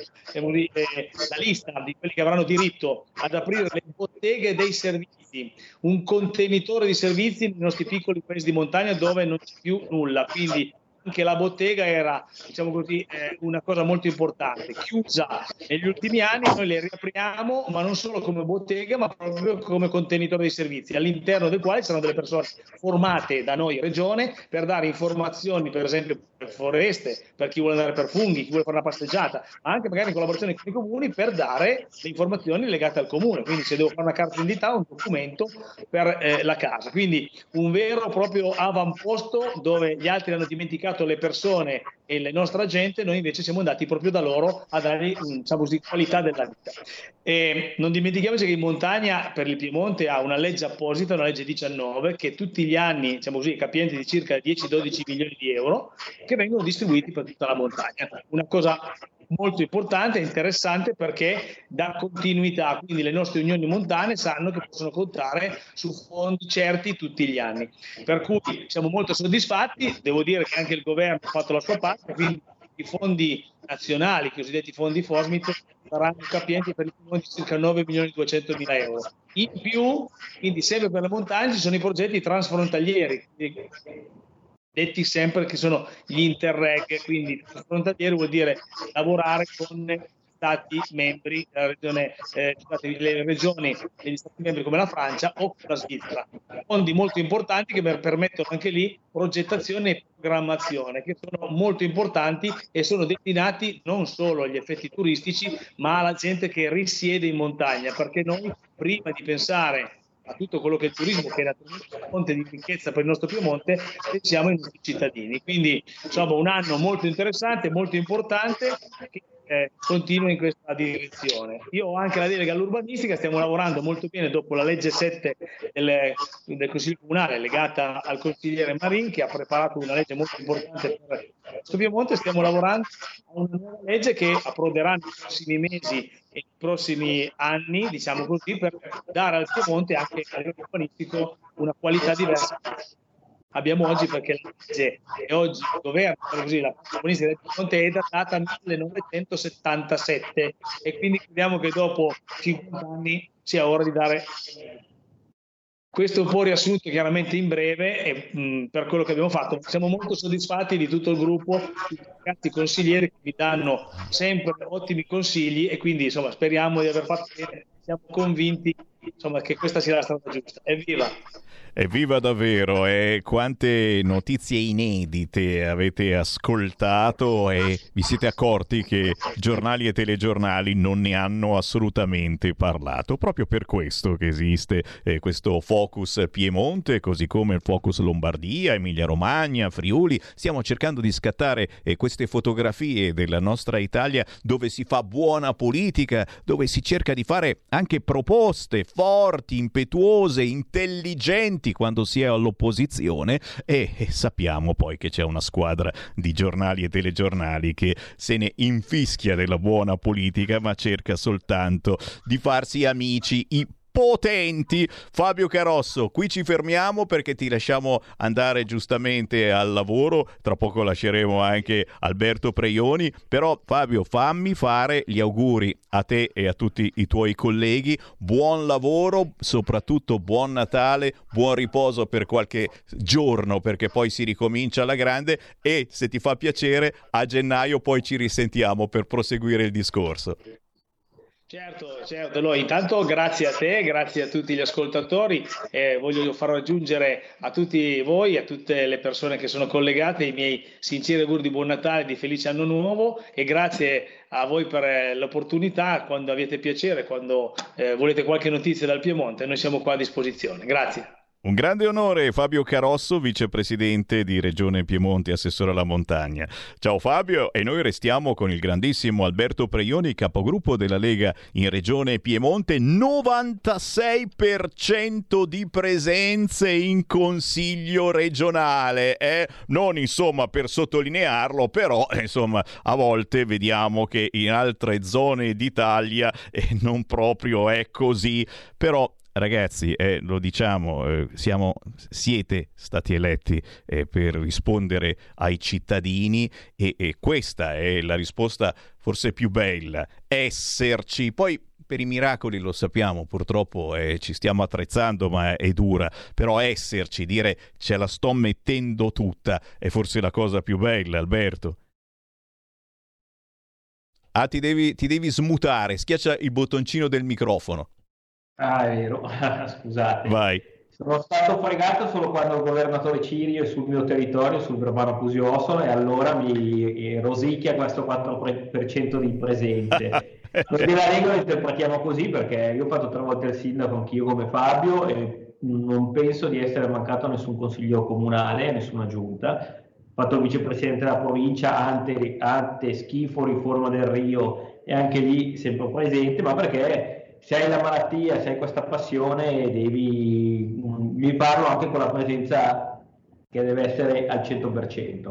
la lista di quelli che avranno diritto ad aprire le botteghe dei servizi, un contenitore di servizi nei nostri piccoli paesi di montagna dove non c'è più nulla, quindi anche la bottega era, diciamo così, una cosa molto importante, chiusa negli ultimi anni. Noi le riapriamo, ma non solo come bottega, ma proprio come contenitore di servizi, all'interno del quale saranno delle persone formate da noi regione per dare informazioni, per esempio per foreste, per chi vuole andare per funghi, chi vuole fare una passeggiata, ma anche magari in collaborazione con i comuni per dare le informazioni legate al comune, quindi se devo fare una carta d'identità, un documento per la casa, quindi un vero proprio avamposto dove gli altri hanno dimenticato le persone e la nostra gente, noi invece siamo andati proprio da loro a dare, diciamo così, qualità della vita. E non dimentichiamoci che in montagna per il Piemonte ha una legge apposita, una legge 19, che tutti gli anni, diciamo così, capienti di circa 10-12 milioni di euro che vengono distribuiti per tutta la montagna. Una cosa molto importante e interessante perché dà continuità, quindi le nostre unioni montane sanno che possono contare su fondi certi tutti gli anni, per cui siamo molto soddisfatti. Devo dire che anche il governo ha fatto la sua parte, quindi i fondi nazionali, i cosiddetti fondi FOSMIT, saranno capienti per il di circa 9.200.000 euro. In più, quindi sempre per le montagne, ci sono i progetti transfrontalieri, detti sempre che sono gli Interreg, quindi transfrontalieri vuol dire lavorare con stati membri della regione, le regioni degli stati membri come la Francia o la Svizzera. Fondi molto importanti che permettono anche lì progettazione e programmazione, che sono molto importanti e sono destinati non solo agli effetti turistici ma alla gente che risiede in montagna, perché noi prima di pensare a tutto quello che è il turismo, che è una fonte di ricchezza per il nostro Piemonte, pensiamo ai nostri cittadini. Quindi insomma un anno molto interessante, molto importante, che continua in questa direzione. Io ho anche la delega all'urbanistica, stiamo lavorando molto bene dopo la legge 7 del Consiglio Comunale legata al consigliere Marin, che ha preparato una legge molto importante per questo Piemonte. Stiamo lavorando a una nuova legge che approderà nei prossimi mesi e nei prossimi anni, diciamo così, per dare al Piemonte anche a livello urbanistico una qualità diversa abbiamo oggi, perché la legge che oggi governa così la urbanistica del Piemonte è datata 1977 e quindi crediamo che dopo 50 anni sia ora di dare. Questo è un po' riassunto chiaramente in breve per quello che abbiamo fatto. Siamo molto soddisfatti di tutto il gruppo, di ragazzi consiglieri che vi danno sempre ottimi consigli e quindi insomma speriamo di aver fatto bene. Siamo convinti insomma che questa sia la strada giusta. Evviva! Evviva davvero, e quante notizie inedite avete ascoltato e vi siete accorti che giornali e telegiornali non ne hanno assolutamente parlato, proprio per questo che esiste questo Focus Piemonte, così come il Focus Lombardia, Emilia Romagna, Friuli. Stiamo cercando di scattare queste fotografie della nostra Italia dove si fa buona politica, dove si cerca di fare anche proposte forti, impetuose, intelligenti quando si è all'opposizione e sappiamo poi che c'è una squadra di giornali e telegiornali che se ne infischia della buona politica ma cerca soltanto di farsi amici potenti. Fabio Carosso, qui ci fermiamo perché ti lasciamo andare giustamente al lavoro, tra poco lasceremo anche Alberto Preioni, però Fabio, fammi fare gli auguri a te e a tutti i tuoi colleghi, buon lavoro, soprattutto buon Natale, buon riposo per qualche giorno perché poi si ricomincia alla grande e se ti fa piacere a gennaio poi ci risentiamo per proseguire il discorso. Certo. Allora, intanto grazie a te, grazie a tutti gli ascoltatori, voglio far raggiungere a tutti voi, a tutte le persone che sono collegate, i miei sinceri auguri di buon Natale, di felice anno nuovo e grazie a voi per l'opportunità, quando avete piacere, quando volete qualche notizia dal Piemonte, noi siamo qua a disposizione. Grazie. Un grande onore, Fabio Carosso, vicepresidente di Regione Piemonte, assessore alla montagna. Ciao Fabio, e noi restiamo con il grandissimo Alberto Preioni, capogruppo della Lega in Regione Piemonte, 96% di presenze in Consiglio regionale, non insomma per sottolinearlo, però insomma a volte vediamo che in altre zone d'Italia non proprio è così, però ragazzi, lo diciamo, siete stati eletti per rispondere ai cittadini e questa è la risposta forse più bella, esserci. Poi per i miracoli lo sappiamo, purtroppo ci stiamo attrezzando, ma è dura, però esserci, dire ce la sto mettendo tutta, è forse la cosa più bella, Alberto. Ti devi smutare, schiaccia il bottoncino del microfono. Ah, è vero, scusate. Vai. Sono stato fregato solo quando il governatore Cirio è sul mio territorio, sul Verbano Cusio-Ossola, e allora mi rosicchia questo 4% di presenze. Noi della Lega lo interpretiamo così perché io ho fatto 3 volte il sindaco anch'io come Fabio e non penso di essere mancato a nessun consiglio comunale, a nessuna giunta. Ho fatto il vicepresidente della provincia, ante schifo, riforma del Rio, e anche lì sempre presente, ma perché se hai la malattia, se hai questa passione, devi farlo anche con la presenza che deve essere al 100%.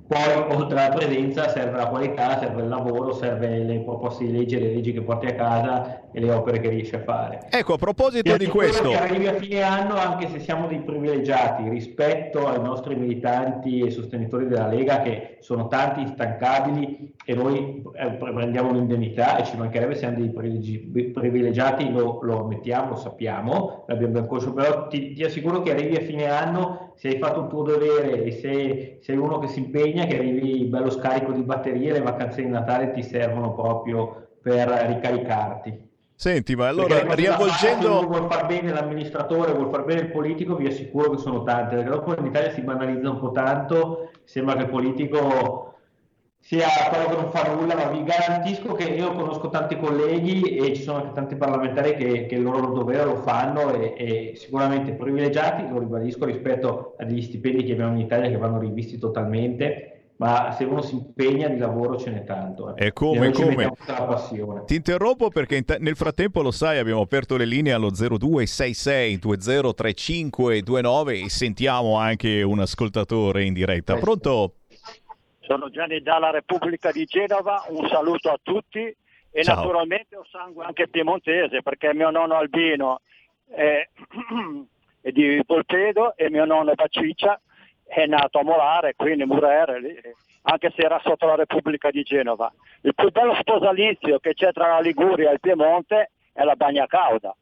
Poi oltre alla presenza serve la qualità, serve il lavoro, serve le proposte di legge, le leggi che porti a casa e le opere che riesci a fare. Ecco, a proposito di questo, che arrivi a fine anno, anche se siamo dei privilegiati rispetto ai nostri militanti e sostenitori della Lega, che sono tanti, instancabili, e noi prendiamo l'indennità, e ci mancherebbe, siamo dei privilegiati, lo ammettiamo, lo sappiamo, l'abbiamo ben conscio, però ti assicuro che arrivi a fine anno, se hai fatto il tuo dovere e se sei uno che si impegna, che arrivi bello scarico di batterie, le vacanze di Natale ti servono proprio per ricaricarti. Senti, ma allora riavvolgendo... Se uno vuol far bene l'amministratore, vuol far bene il politico, vi assicuro che sono tante, perché dopo in Italia si banalizza un po' tanto, sembra che il politico sia quello che non fa nulla, ma vi garantisco che io conosco tanti colleghi e ci sono anche tanti parlamentari che il loro dovere lo fanno, e sicuramente privilegiati, lo ribadisco, rispetto a degli stipendi che abbiamo in Italia che vanno rivisti totalmente. Ma se uno si impegna di lavoro ce n'è tanto. E come? La passione. Ti interrompo perché nel frattempo, lo sai, abbiamo aperto le linee allo 0266 203529 e sentiamo anche un ascoltatore in diretta. Pronto? Sono Gianni dalla Repubblica di Genova, un saluto a tutti e Ciao. Naturalmente ho sangue anche piemontese, perché mio nonno Albino è di Polpedo e mio nonno Baciccia è nato a Molare, quindi Murere, anche se era sotto la Repubblica di Genova. Il più bello sposalizio che c'è tra la Liguria e il Piemonte è la Bagna Cauda.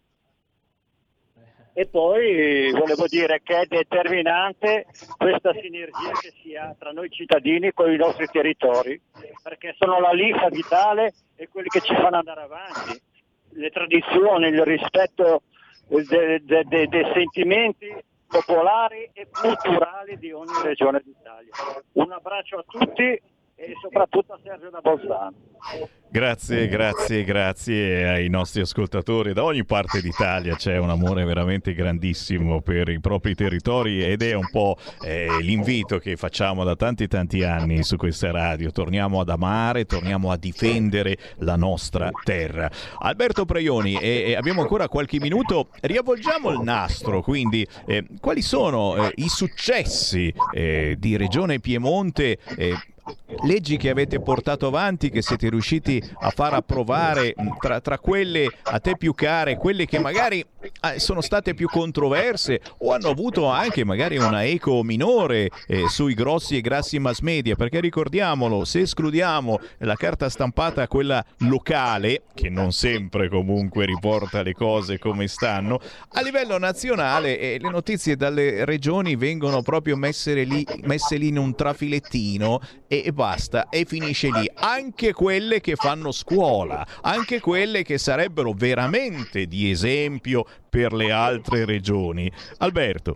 E poi volevo dire che è determinante questa sinergia che si ha tra noi cittadini con i nostri territori, perché sono la linfa vitale e quelli che ci fanno andare avanti. Le tradizioni, il rispetto dei sentimenti popolari e culturali di ogni regione d'Italia. Un abbraccio a tutti e soprattutto a Sergio da Bolzano. Grazie ai nostri ascoltatori da ogni parte d'Italia. C'è un amore veramente grandissimo per i propri territori ed è un po' l'invito che facciamo da tanti anni su questa radio. Torniamo ad amare, torniamo a difendere la nostra terra. Alberto Preioni, abbiamo ancora qualche minuto, riavvolgiamo il nastro, quindi quali sono i successi di Regione Piemonte, leggi che avete portato avanti, che siete riusciti a far approvare, tra quelle a te più care, quelle che magari sono state più controverse o hanno avuto anche magari una eco minore sui grossi e grassi mass media, perché ricordiamolo, se escludiamo la carta stampata, quella locale, che non sempre comunque riporta le cose come stanno, a livello nazionale le notizie dalle regioni vengono proprio messe lì in un trafilettino e basta, e finisce lì. Anche quelle che fanno scuola, anche quelle che sarebbero veramente di esempio per le altre regioni. Alberto.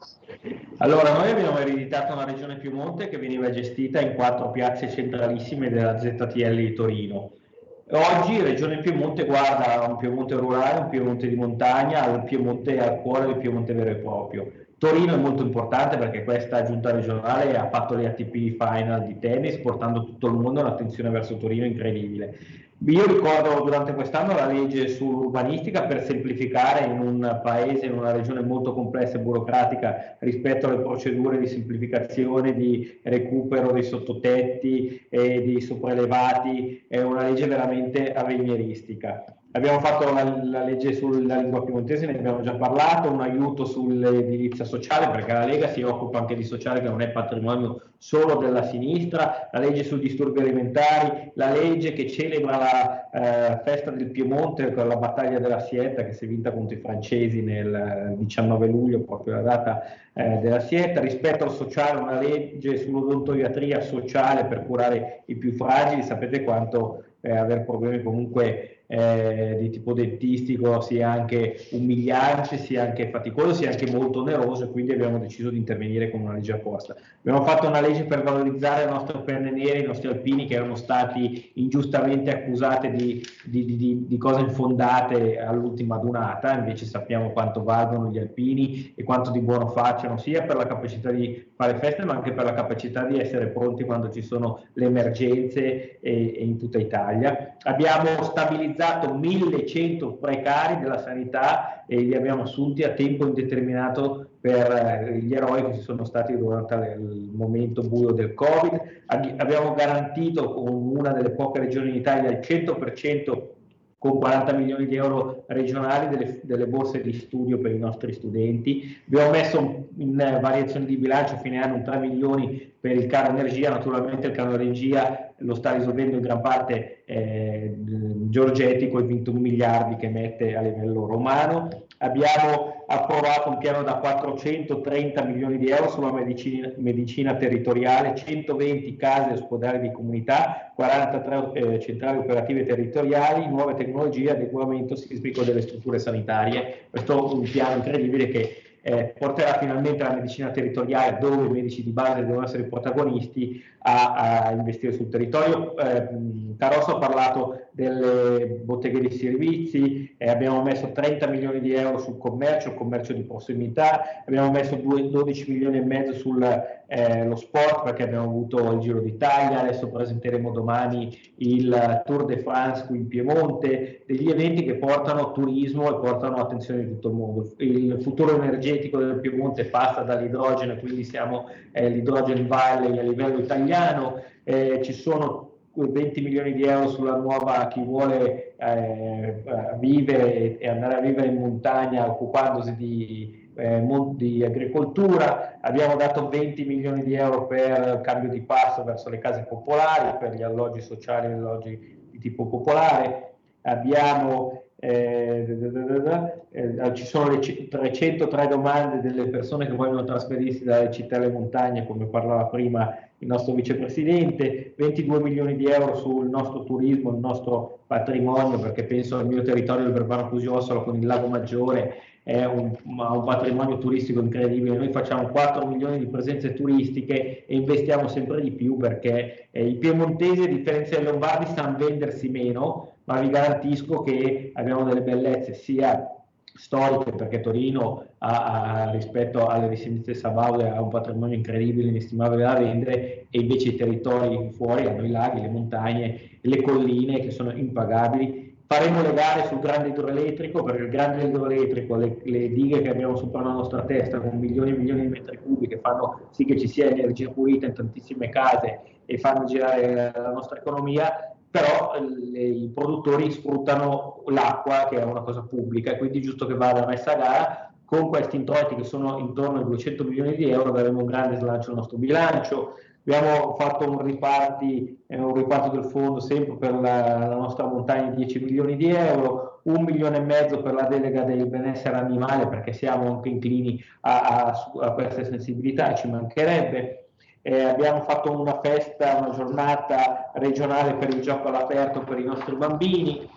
Allora, noi abbiamo ereditato una regione Piemonte che veniva gestita in 4 piazze centralissime della ZTL di Torino. Oggi Regione Piemonte guarda a un Piemonte rurale, un Piemonte di montagna, al Piemonte al cuore del Piemonte vero e proprio. Torino è molto importante perché questa giunta regionale ha fatto le ATP Final di tennis, portando tutto il mondo un'attenzione verso Torino incredibile. Io ricordo durante quest'anno la legge sull'urbanistica per semplificare in un paese, in una regione molto complessa e burocratica rispetto alle procedure di semplificazione, di recupero dei sottotetti e di sopraelevati, è una legge veramente avveniristica. Abbiamo fatto la legge sulla lingua piemontese, ne abbiamo già parlato, un aiuto sull'edilizia sociale, perché la Lega si occupa anche di sociale, che non è patrimonio solo della sinistra, la legge sui disturbi alimentari, la legge che celebra la festa del Piemonte con la battaglia della Sietta, che si è vinta contro i francesi nel 19 luglio, proprio la data della Sietta. Rispetto al sociale, una legge sull'odontoiatria sociale per curare i più fragili. Sapete quanto avere problemi comunque di tipo dentistico sia anche umiliante, sia anche faticoso, sia anche molto oneroso, e quindi abbiamo deciso di intervenire con una legge apposta. Abbiamo fatto una legge per valorizzare le nostre penne nere, i nostri alpini che erano stati ingiustamente accusati di cose infondate all'ultima adunata. Invece sappiamo quanto valgono gli alpini e quanto di buono facciano, sia per la capacità di fare feste ma anche per la capacità di essere pronti quando ci sono le emergenze in tutta Italia. Abbiamo stabilizzato stabilizzato 1100 precari della sanità e li abbiamo assunti a tempo indeterminato per gli eroi che ci sono stati durante il momento buio del Covid. Abbiamo garantito con una delle poche regioni in Italia il 100% con 40 milioni di euro regionali delle borse di studio per i nostri studenti. Abbiamo messo in variazione di bilancio a fine anno 3 milioni per il caro energia. Naturalmente il caro energia lo sta risolvendo in gran parte Giorgetti con i 21 miliardi che mette a livello romano. Abbiamo approvato un piano da 430 milioni di euro sulla medicina territoriale, 120 case ospedali di comunità, 43 centrali operative territoriali, nuove tecnologie, adeguamento sismico delle strutture sanitarie. Questo è un piano incredibile che porterà finalmente la medicina territoriale, dove i medici di base devono essere i protagonisti, a investire sul territorio. Carosso ha parlato delle botteghe di servizi, abbiamo messo 30 milioni di euro sul commercio di prossimità, abbiamo messo 12 milioni e mezzo sullo sport perché abbiamo avuto il Giro d'Italia, adesso presenteremo domani il Tour de France qui in Piemonte, degli eventi che portano turismo e portano attenzione di tutto il mondo. Il futuro energetico del Piemonte passa dall'idrogeno, quindi siamo l'Hydrogen Valley a livello italiano. Ci sono 20 milioni di euro sulla nuova, chi vuole vivere e andare a vivere in montagna occupandosi di agricoltura. Abbiamo dato 20 milioni di euro per cambio di passo verso le case popolari, per gli alloggi sociali e alloggi di tipo popolare. Abbiamo ci sono le 303 domande delle persone che vogliono trasferirsi dalle città alle montagne, come parlava prima il nostro vicepresidente, 22 milioni di euro sul nostro turismo, il nostro patrimonio, perché penso al mio territorio del Verbano Cusio-Ossola con il Lago Maggiore, è un patrimonio turistico incredibile. Noi facciamo 4 milioni di presenze turistiche e investiamo sempre di più perché i piemontesi, a differenza dei lombardi, sanno vendersi meno, ma vi garantisco che abbiamo delle bellezze sia storiche, perché Torino rispetto alle vicinanze di Sabaude ha un patrimonio incredibile, inestimabile da vendere, e invece i territori fuori hanno i laghi, le montagne, le colline che sono impagabili. Faremo le gare sul grande idroelettrico, perché il grande idroelettrico, le dighe che abbiamo sopra la nostra testa con milioni e milioni di metri cubi che fanno sì che ci sia energia pulita in tantissime case e fanno girare la nostra economia, però i produttori sfruttano l'acqua, che è una cosa pubblica, e quindi è giusto che vada messa a gara. Con questi introiti che sono intorno ai 200 milioni di euro avremo un grande slancio al nostro bilancio. Abbiamo fatto un riparto del fondo sempre per la nostra montagna di 10 milioni di euro, 1 milione e mezzo per la delega del benessere animale, perché siamo anche inclini a queste sensibilità, ci mancherebbe. Abbiamo fatto una festa, una giornata regionale per il gioco all'aperto per i nostri bambini,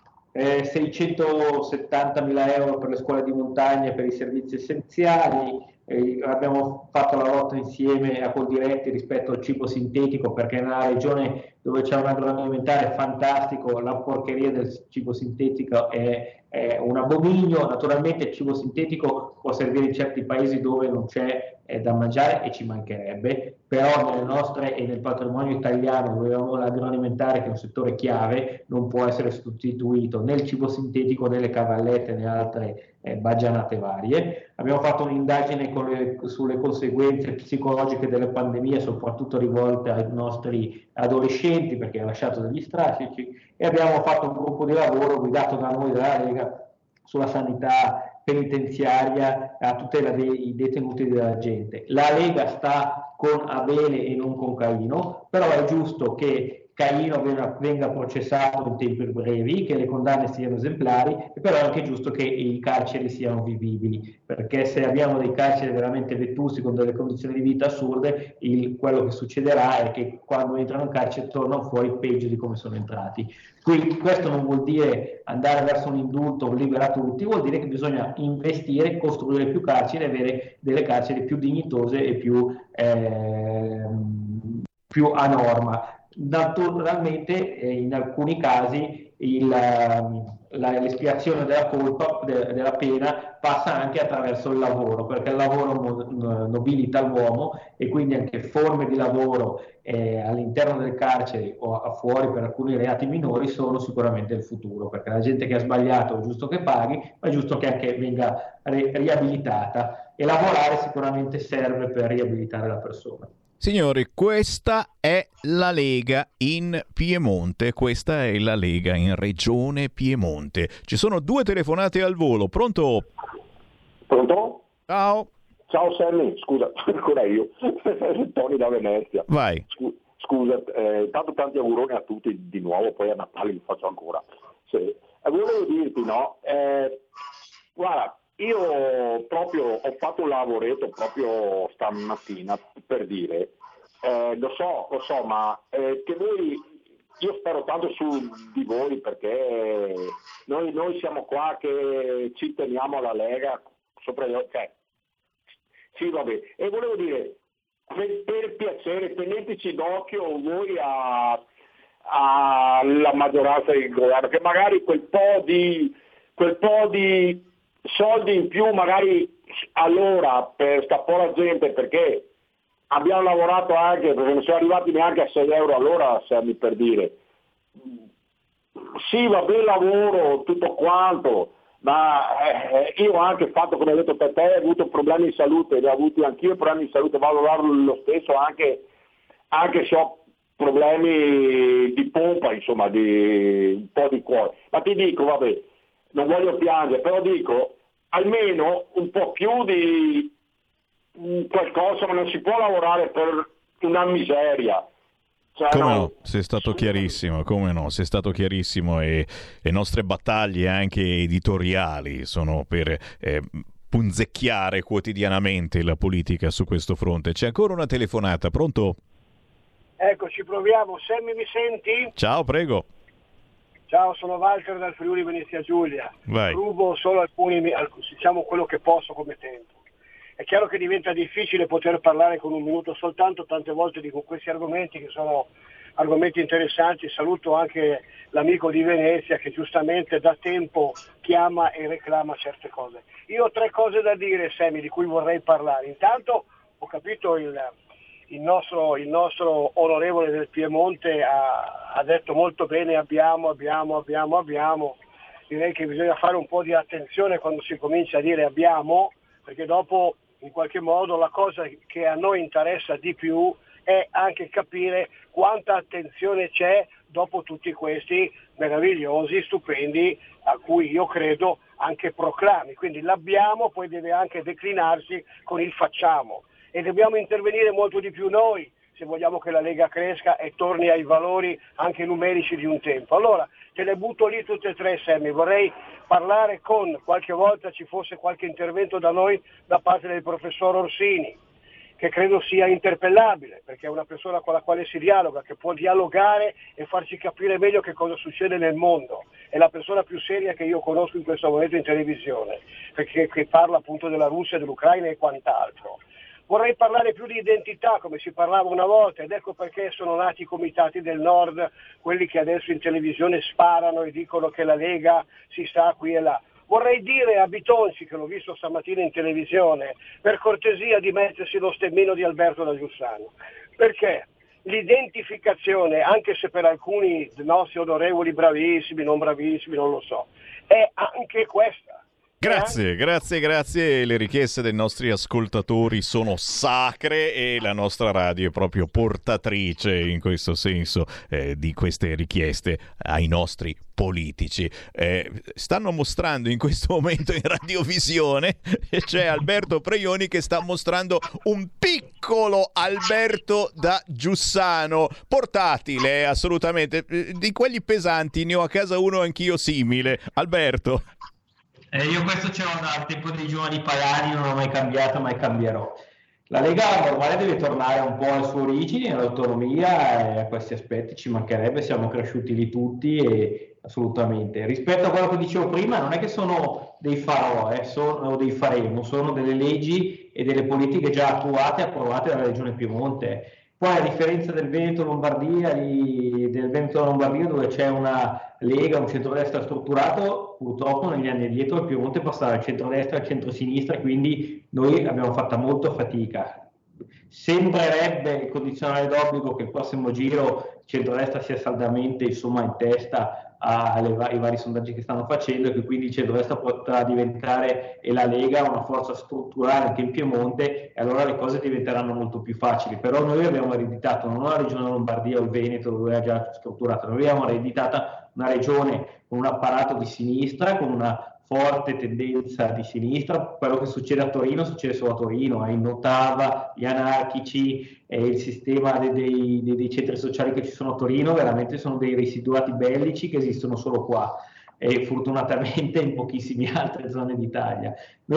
670.000 euro per le scuole di montagna e per i servizi essenziali. Abbiamo fatto la lotta insieme a Coldiretti rispetto al cibo sintetico, perché nella regione dove c'è un agroalimentare fantastico la porcheria del cibo sintetico è un abominio. Naturalmente il cibo sintetico può servire in certi paesi dove non c'è da mangiare, e ci mancherebbe, però nelle nostre e nel patrimonio italiano, dove abbiamo l'agroalimentare che è un settore chiave, non può essere sostituito né il cibo sintetico né le cavallette né altre baggianate varie. Abbiamo fatto un'indagine sulle conseguenze psicologiche delle pandemie, soprattutto rivolte ai nostri adolescenti, perché ha lasciato degli strascichi, e abbiamo fatto un gruppo di lavoro guidato da noi della Lega sulla sanità penitenziaria a tutela dei detenuti e della gente. La Lega sta con Abele e non con Caino, però è giusto che Caino venga processato in tempi brevi, che le condanne siano esemplari, e però è anche giusto che i carceri siano vivibili, perché se abbiamo dei carceri veramente vetusti con delle condizioni di vita assurde, quello che succederà è che quando entrano in carcere tornano fuori peggio di come sono entrati. Quindi questo non vuol dire andare verso un indulto libera tutti, vuol dire che bisogna investire, costruire più carceri e avere delle carceri più dignitose e più a norma. naturalmente in alcuni casi l'espiazione della colpa, della pena, passa anche attraverso il lavoro, perché il lavoro nobilita l'uomo, e quindi anche forme di lavoro all'interno del carcere o fuori per alcuni reati minori sono sicuramente il futuro, perché la gente che ha sbagliato è giusto che paghi, ma è giusto che anche venga riabilitata, e lavorare sicuramente serve per riabilitare la persona. Signori, questa è la Lega in Piemonte, questa è la Lega in Regione Piemonte. Ci sono 2 telefonate al volo, pronto? Pronto? Ciao. Ciao Sammy, scusa, ancora io, Tony da Venezia. Vai. Scusa, tanti auguroni a tutti di nuovo, poi a Natale li faccio ancora. Sì. Volevo dirti, no, guarda, io proprio ho fatto un lavoretto proprio stamattina per dire, lo so, ma che voi, io spero tanto su di voi, perché noi siamo qua che ci teniamo alla Lega, sopra gli occhi, sì, vabbè, e volevo dire, per piacere, teneteci d'occhio voi alla maggioranza del governo, che magari quel po' di soldi in più magari allora per sta povera gente, perché abbiamo lavorato anche, perché non siamo arrivati neanche a 6 euro all'ora, per dire. Sì, va bene lavoro, tutto quanto, ma io ho anche fatto, come hai detto per te, ho avuto problemi di salute, ne ho avuti anch'io problemi di salute, vado a lavorare lo stesso, anche se ho problemi di pompa, insomma, di un po' di cuore. Ma ti dico, vabbè, non voglio piangere, però dico, almeno un po' più di qualcosa, ma non si può lavorare per una miseria. Cioè, come no, sei stato chiarissimo, come no, sei stato chiarissimo, e le nostre battaglie anche editoriali sono per punzecchiare quotidianamente la politica su questo fronte. C'è ancora una telefonata, pronto? Ecco, ci proviamo. Sammy, mi senti? Ciao, prego. Ciao, sono Walter dal Friuli Venezia Giulia. Vai. Rubo solo diciamo quello che posso come tempo. È chiaro che diventa difficile poter parlare con un minuto soltanto, tante volte dico questi argomenti che sono argomenti interessanti. Saluto anche l'amico di Venezia che giustamente da tempo chiama e reclama certe cose. Io ho 3 cose da dire, Sammy, di cui vorrei parlare. Intanto ho capito il nostro onorevole del Piemonte ha detto molto bene abbiamo. Direi che bisogna fare un po' di attenzione quando si comincia a dire abbiamo, perché dopo in qualche modo la cosa che a noi interessa di più è anche capire quanta attenzione c'è dopo tutti questi meravigliosi, stupendi, a cui io credo anche proclami. Quindi l'abbiamo, poi deve anche declinarsi con il facciamo. E dobbiamo intervenire molto di più noi se vogliamo che la Lega cresca e torni ai valori anche numerici di un tempo. Allora te le butto lì tutte e 3, Sammy. Vorrei parlare qualche volta ci fosse qualche intervento da noi da parte del professor Orsini, che credo sia interpellabile, perché è una persona con la quale si dialoga, che può dialogare e farci capire meglio che cosa succede nel mondo. È la persona più seria che io conosco in questo momento in televisione, perché che parla appunto della Russia, dell'Ucraina e quant'altro. Vorrei parlare più di identità, come si parlava una volta, ed ecco perché sono nati i comitati del Nord, quelli che adesso in televisione sparano e dicono che la Lega si sta qui e là. Vorrei dire a Bitonci, che l'ho visto stamattina in televisione, per cortesia di mettersi lo stemmino di Alberto da Giussano, perché l'identificazione, anche se per alcuni nostri onorevoli bravissimi, non lo so, è anche questa. Grazie. Le richieste dei nostri ascoltatori sono sacre e la nostra radio è proprio portatrice in questo senso di queste richieste ai nostri politici. Stanno mostrando in questo momento in radiovisione, c'è Alberto Preioni che sta mostrando un piccolo Alberto da Giussano, portatile assolutamente, di quelli pesanti, ne ho a casa uno anch'io simile. Alberto. Io questo ce l'ho dal tempo dei giovani pagani, non ho mai cambiato, mai cambierò. La Lega normale deve tornare un po' alle sue origini, all'autonomia, e a questi aspetti ci mancherebbe, siamo cresciuti lì tutti e assolutamente. Rispetto a quello che dicevo prima, non è che sono dei farò, o dei faremo, sono delle leggi e delle politiche già attuate e approvate dalla Regione Piemonte. Poi, a differenza del Veneto Lombardia, dove c'è una Lega, un centrodestra strutturato, purtroppo negli anni dietro il Piemonte passava dal centrodestra al centrosinistra, quindi noi abbiamo fatto molta fatica. Sembrerebbe il condizionale d'obbligo che il prossimo giro il centrodestra sia saldamente in testa ai vari sondaggi che stanno facendo, e che quindi il centrodestra potrà diventare, e la Lega, una forza strutturale anche in Piemonte, e allora le cose diventeranno molto più facili. Però noi abbiamo ereditato non la regione Lombardia o il Veneto, dove era già strutturata, noi abbiamo ereditata una regione con un apparato di sinistra, con una forte tendenza di sinistra. Quello che succede a Torino succede solo a Torino, in Notava, gli anarchici e il sistema dei centri sociali che ci sono a Torino veramente sono dei residuati bellici che esistono solo qua e fortunatamente in pochissime altre zone d'Italia.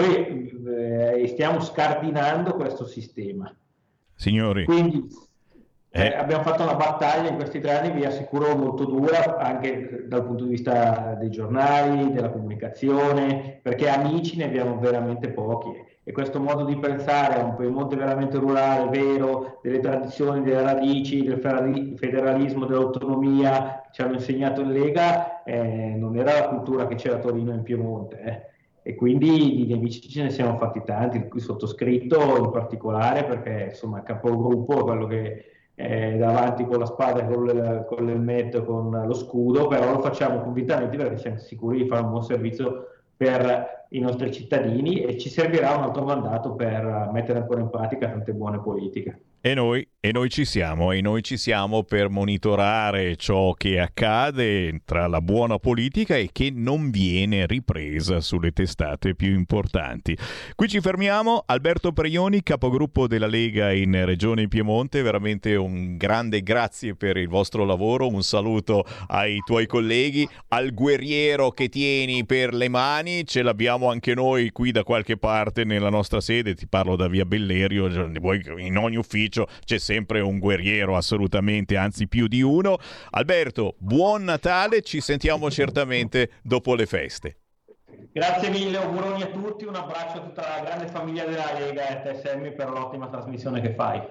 Noi stiamo scardinando questo sistema. Signori, quindi abbiamo fatto una battaglia in questi 3 anni, vi assicuro, molto dura, anche dal punto di vista dei giornali, della comunicazione, perché amici ne abbiamo veramente pochi, e questo modo di pensare a un Piemonte veramente rurale, vero, delle tradizioni, delle radici, del federalismo, dell'autonomia, ci hanno insegnato in Lega, non era la cultura che c'era a Torino e in Piemonte. E quindi di amici ce ne siamo fatti tanti, il cui sottoscritto in particolare, perché insomma il capogruppo è quello che davanti con la spada, con l'elmetto, con lo scudo, però lo facciamo convintamente perché siamo sicuri di fare un buon servizio per i nostri cittadini, e ci servirà un altro mandato per mettere ancora in pratica tante buone politiche. E noi ci siamo per monitorare ciò che accade tra la buona politica e che non viene ripresa sulle testate più importanti. Qui ci fermiamo. Alberto Preioni, capogruppo della Lega in Regione Piemonte, veramente un grande grazie per il vostro lavoro, un saluto ai tuoi colleghi, al guerriero che tieni per le mani, ce l'abbiamo anche noi qui da qualche parte nella nostra sede, ti parlo da via Bellerio, in ogni ufficio c'è sempre un guerriero, assolutamente, anzi più di uno. Alberto, buon Natale, ci sentiamo certamente dopo le feste. Grazie mille, auguroni a tutti, un abbraccio a tutta la grande famiglia della Lega e a te Sammy per l'ottima trasmissione che fai.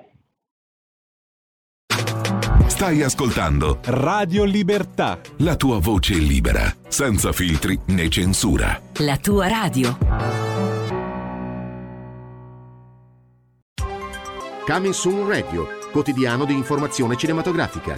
Stai ascoltando Radio Libertà, la tua voce libera, senza filtri né censura. La tua radio. Coming Soon Radio, quotidiano di informazione cinematografica.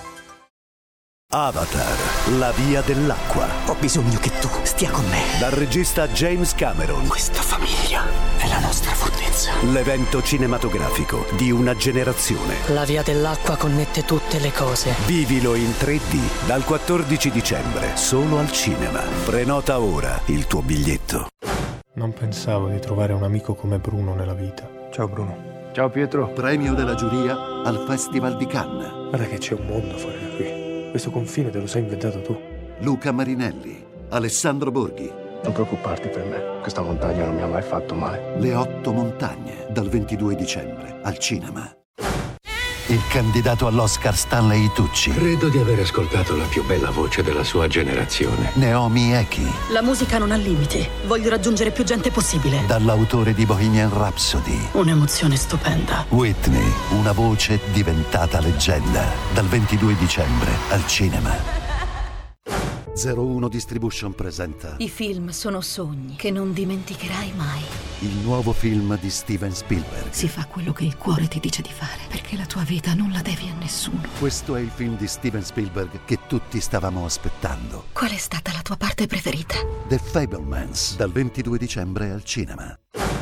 Avatar, la via dell'acqua. Ho bisogno che tu stia con me. Dal regista James Cameron. Questa famiglia è la nostra fortezza. L'evento cinematografico di una generazione. La via dell'acqua connette tutte le cose. Vivilo in 3D dal 14 dicembre, solo al cinema. Prenota ora il tuo biglietto. Non pensavo di trovare un amico come Bruno nella vita. Ciao Bruno. Ciao Pietro. Premio della giuria al Festival di Cannes. Guarda che c'è un mondo fuori da qui. Questo confine te lo sei inventato tu. Luca Marinelli, Alessandro Borghi. Non preoccuparti per me, questa montagna non mi ha mai fatto male. Le 8 montagne, dal 22 dicembre, al cinema. Il candidato all'Oscar Stanley Tucci. Credo di aver ascoltato la più bella voce della sua generazione. Naomi Eki. La musica non ha limiti. Voglio raggiungere più gente possibile. Dall'autore di Bohemian Rhapsody. Un'emozione stupenda. Whitney, una voce diventata leggenda. Dal 22 dicembre al cinema. 01 Distribution presenta I film sono sogni che non dimenticherai mai. il nuovo film di Steven Spielberg. Si fa quello che il cuore ti dice di fare, perché la tua vita non la devi a nessuno. Questo è il film di Steven Spielberg che tutti stavamo aspettando. Qual è stata la tua parte preferita? The Fabelmans, dal 22 dicembre al cinema.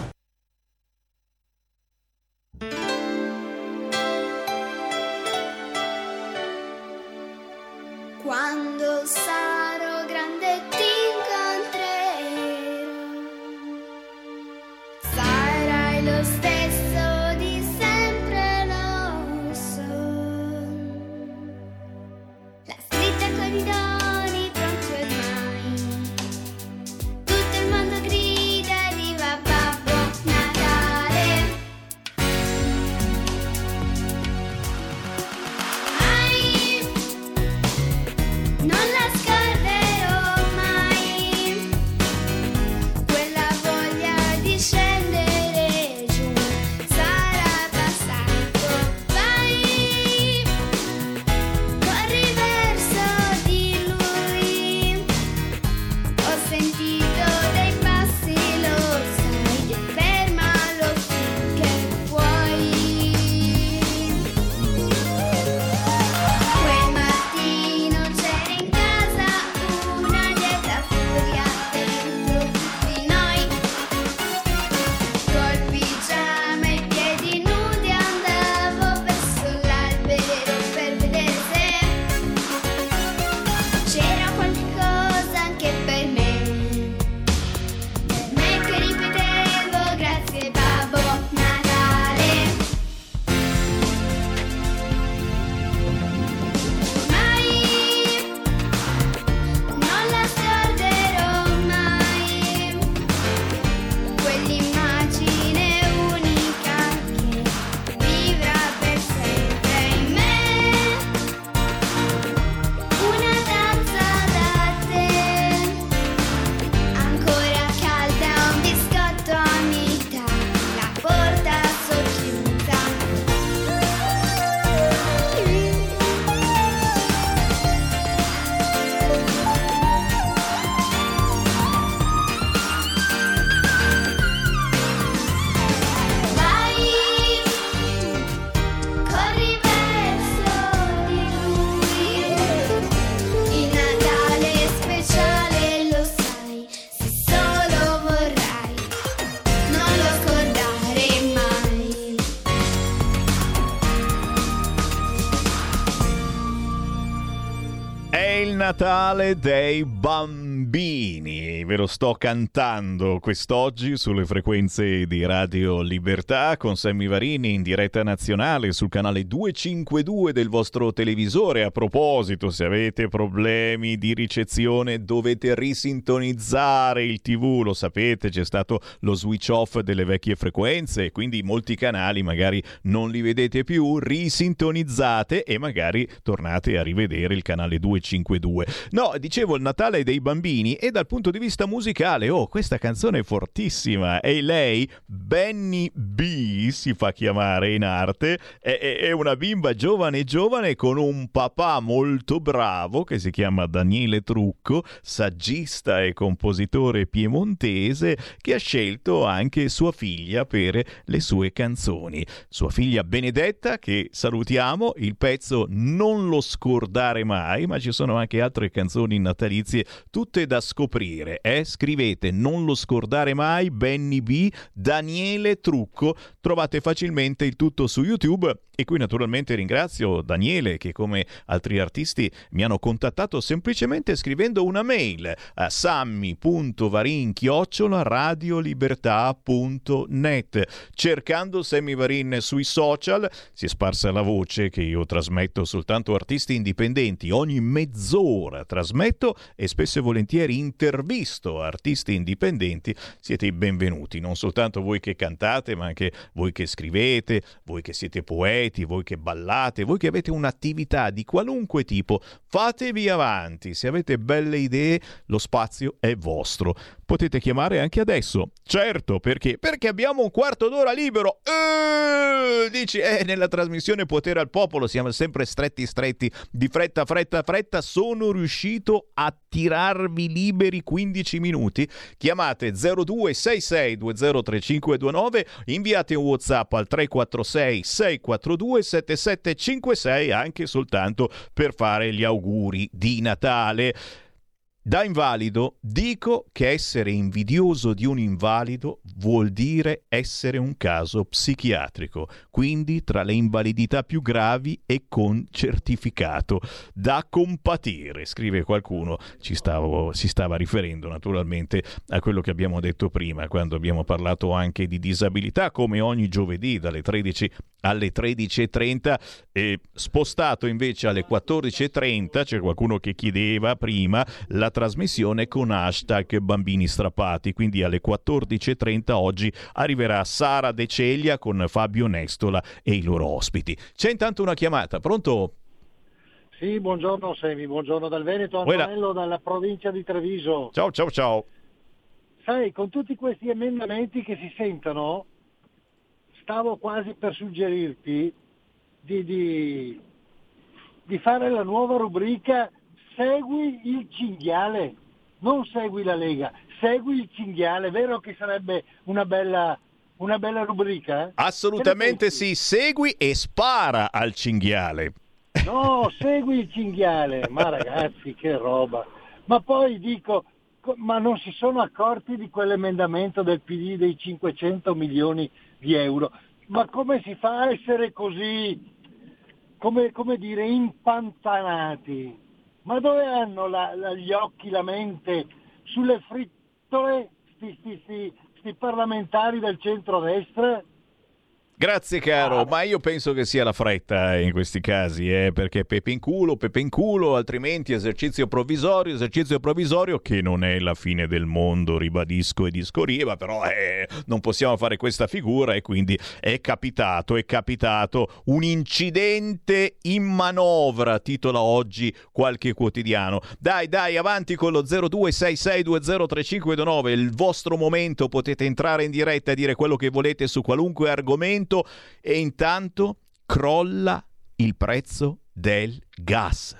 Quando sarò grande ti incontrerò, sarai lo stesso di sempre, lo so. La scritta con i doni pronti ormai, tutto il mondo grida di papà. partito dei passi, lo sai, fermalo finché puoi. Quel mattino c'era in casa una lieta furia dentro tutti noi. Col pigiama e i piedi nudi andavo verso l'albero per vedere se c'era qualcosa anche per me che ripetevo grazie Babbo Natale. Mai non la scorderò mai, quell'immagine unica che vivrà per sempre in me. Una danza da te, ancora calda, un biscotto a metà, la porta socchiusa. Vai, corri verso di lui. Il Natale è speciale, lo sai, se solo vorrai non lo scordare mai. È il Natale dei bambini, ve lo sto cantando quest'oggi sulle frequenze di Radio Libertà con Sammy Varini in diretta nazionale sul canale 252 del vostro televisore. A proposito, se avete problemi di ricezione dovete risintonizzare il TV, lo sapete, c'è stato lo switch off delle vecchie frequenze e quindi molti canali magari non li vedete più, risintonizzate e magari tornate a rivedere il canale 252. No, dicevo il Natale dei bambini e dal punto di vista musicale, questa canzone è fortissima e lei, Benny B si fa chiamare in arte, è una bimba giovane con un papà molto bravo che si chiama Daniele Trucco, saggista e compositore piemontese che ha scelto anche sua figlia per le sue canzoni. Sua figlia Benedetta, che salutiamo, il pezzo Non lo scordare mai, ma ci sono anche altre canzoni natalizie tutte da scoprire. Scrivete Non lo scordare mai, Benny B, Daniele Trucco, trovate facilmente il tutto su YouTube. E qui naturalmente ringrazio Daniele che come altri artisti mi hanno contattato semplicemente scrivendo una mail a sammy.varin@radiolibertà.net. Cercando Sammy Varin sui social si è sparsa la voce che io trasmetto soltanto artisti indipendenti. Ogni mezz'ora trasmetto e spesso e volentieri intervisto artisti indipendenti. Siete i benvenuti, non soltanto voi che cantate ma anche voi che scrivete, voi che siete poeti, voi che ballate, voi che avete un'attività di qualunque tipo, fatevi avanti. Se avete belle idee, lo spazio è vostro. Potete chiamare anche adesso. Certo, perché abbiamo un quarto d'ora libero. Dici, nella trasmissione Potere al Popolo siamo sempre stretti, di fretta. Sono riuscito a tirarvi liberi 15 minuti. Chiamate 0266203529, inviate un WhatsApp al 346 642 7756 anche soltanto per fare gli auguri di Natale. Da invalido dico che essere invidioso di un invalido vuol dire essere un caso psichiatrico, quindi tra le invalidità più gravi e con certificato da compatire, scrive qualcuno. Si stava riferendo naturalmente a quello che abbiamo detto prima, quando abbiamo parlato anche di disabilità, come ogni giovedì dalle 13 alle 13.30, spostato invece alle 14.30, c'è qualcuno che chiedeva prima la trasmissione con hashtag bambini strappati, quindi alle 14.30 oggi arriverà Sara De Ceglia con Fabio Nestola e i loro ospiti. C'è intanto una chiamata, pronto? Sì, buongiorno Semi, buongiorno dal Veneto, Antonello dalla provincia di Treviso. Ciao. Sai, con tutti questi emendamenti che si sentono, stavo quasi per suggerirti di fare la nuova rubrica Segui il cinghiale, non segui la Lega, segui il cinghiale, vero che sarebbe una bella rubrica? Assolutamente sì, segui e spara al cinghiale. No, segui il cinghiale, ma ragazzi che roba. Ma poi dico, ma non si sono accorti di quell'emendamento del PD dei 500 milioni di euro? Ma come si fa a essere così, come dire, impantanati? Ma dove hanno gli occhi, la mente? Sulle frittole sti parlamentari del centrodestra? Grazie caro, ma io penso che sia la fretta in questi casi, perché pepe in culo, altrimenti esercizio provvisorio che non è la fine del mondo, ribadisco e discorrieva, però non possiamo fare questa figura e quindi è capitato un incidente in manovra, titola oggi qualche quotidiano. Dai, avanti con lo 0266203529, il vostro momento, potete entrare in diretta e dire quello che volete su qualunque argomento. E intanto crolla il prezzo del gas.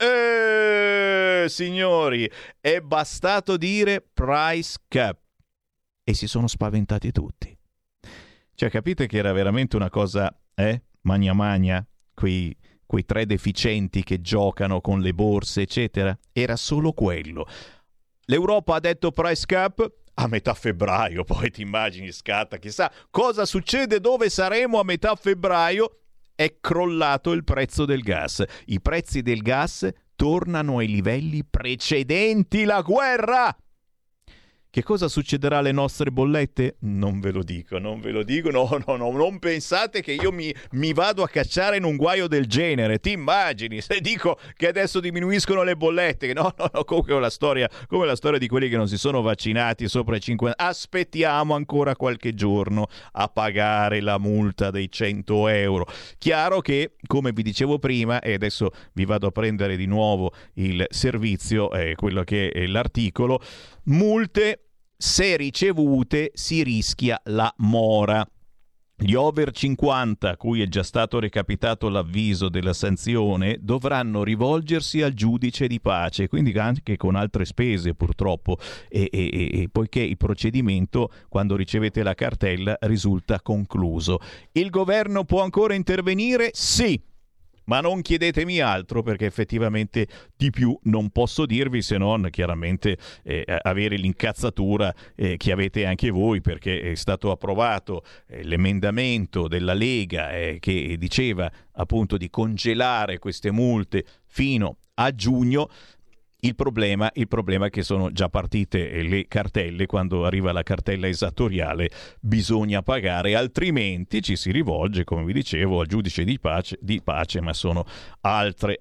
Signori, è bastato dire price cap e si sono spaventati tutti. Cioè, capite che era veramente una cosa, magna, quei tre deficienti che giocano con le borse, eccetera. Era solo quello. L'Europa ha detto price cap a metà febbraio, poi ti immagini, scatta, chissà cosa succede, dove saremo a metà febbraio. È crollato il prezzo del gas. I prezzi del gas tornano ai livelli precedenti la guerra. Che cosa succederà alle nostre bollette? Non ve lo dico, no, non pensate che io mi vado a cacciare in un guaio del genere, ti immagini? Se dico che adesso diminuiscono le bollette, no, come la storia di quelli che non si sono vaccinati sopra i 50, aspettiamo ancora qualche giorno a pagare la multa dei 100 euro. Chiaro che, come vi dicevo prima, e adesso vi vado a prendere di nuovo il servizio, quello che è l'articolo, multe se ricevute si rischia la mora. Gli over 50, a cui è già stato recapitato l'avviso della sanzione, dovranno rivolgersi al giudice di pace, quindi anche con altre spese purtroppo, e poiché il procedimento, quando ricevete la cartella, risulta concluso. Il governo può ancora intervenire? Sì. Ma non chiedetemi altro, perché effettivamente di più non posso dirvi, se non chiaramente avere l'incazzatura che avete anche voi, perché è stato approvato l'emendamento della Lega che diceva appunto di congelare queste multe fino a giugno. Il problema è che sono già partite le cartelle. Quando arriva la cartella esattoriale bisogna pagare, altrimenti ci si rivolge, come vi dicevo, al giudice di pace, ma sono altre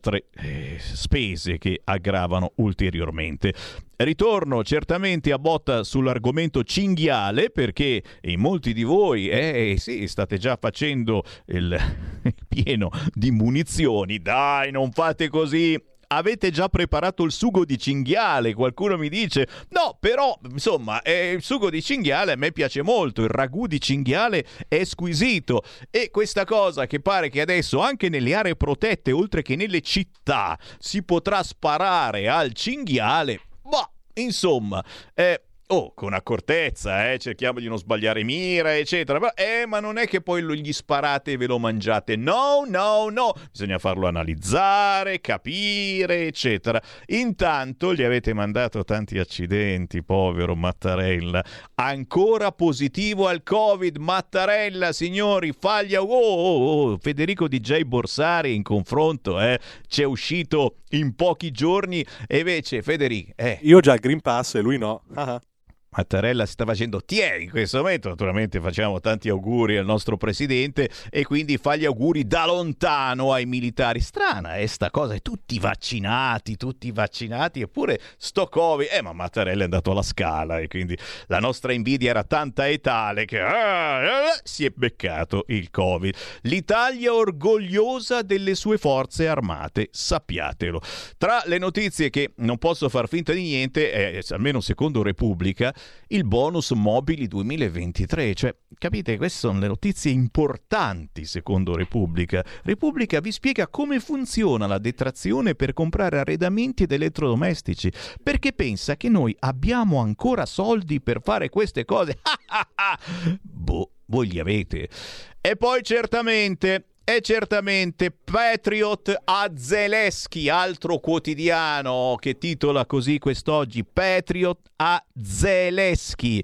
spese che aggravano ulteriormente. Ritorno certamente a botta sull'argomento cinghiale, perché in molti di voi sì, state già facendo il pieno di munizioni. Dai, non fate così. Avete già preparato il sugo di cinghiale? Qualcuno mi dice no, però insomma il sugo di cinghiale a me piace molto, il ragù di cinghiale è squisito, e questa cosa che pare che adesso anche nelle aree protette, oltre che nelle città, si potrà sparare al cinghiale, ma insomma con accortezza, cerchiamo di non sbagliare mira, eccetera. Ma non è che poi gli sparate e ve lo mangiate. No. Bisogna farlo analizzare, capire, eccetera. Intanto gli avete mandato tanti accidenti, povero Mattarella. Ancora positivo al Covid, Mattarella, signori, faglia. Federico DJ Borsari in confronto, c'è uscito in pochi giorni, e invece Federico... Io ho già il Green Pass e lui no. Mattarella si sta facendo in questo momento. Naturalmente facciamo tanti auguri al nostro presidente, e quindi fa gli auguri da lontano ai militari. Strana sta cosa, è tutti vaccinati, eppure sto Covid, ma Mattarella è andato alla Scala, e quindi la nostra invidia era tanta e tale che si è beccato il Covid. L'Italia orgogliosa delle sue forze armate, sappiatelo. Tra le notizie che non posso far finta di niente, almeno secondo Repubblica, il bonus mobili 2023. Cioè, capite, queste sono le notizie importanti secondo Repubblica. Repubblica vi spiega come funziona la detrazione per comprare arredamenti ed elettrodomestici, perché pensa che noi abbiamo ancora soldi per fare queste cose. Boh, voi li avete. E poi certamente Patriot a Zelensky, altro quotidiano che titola così quest'oggi, Patriot a Zelensky.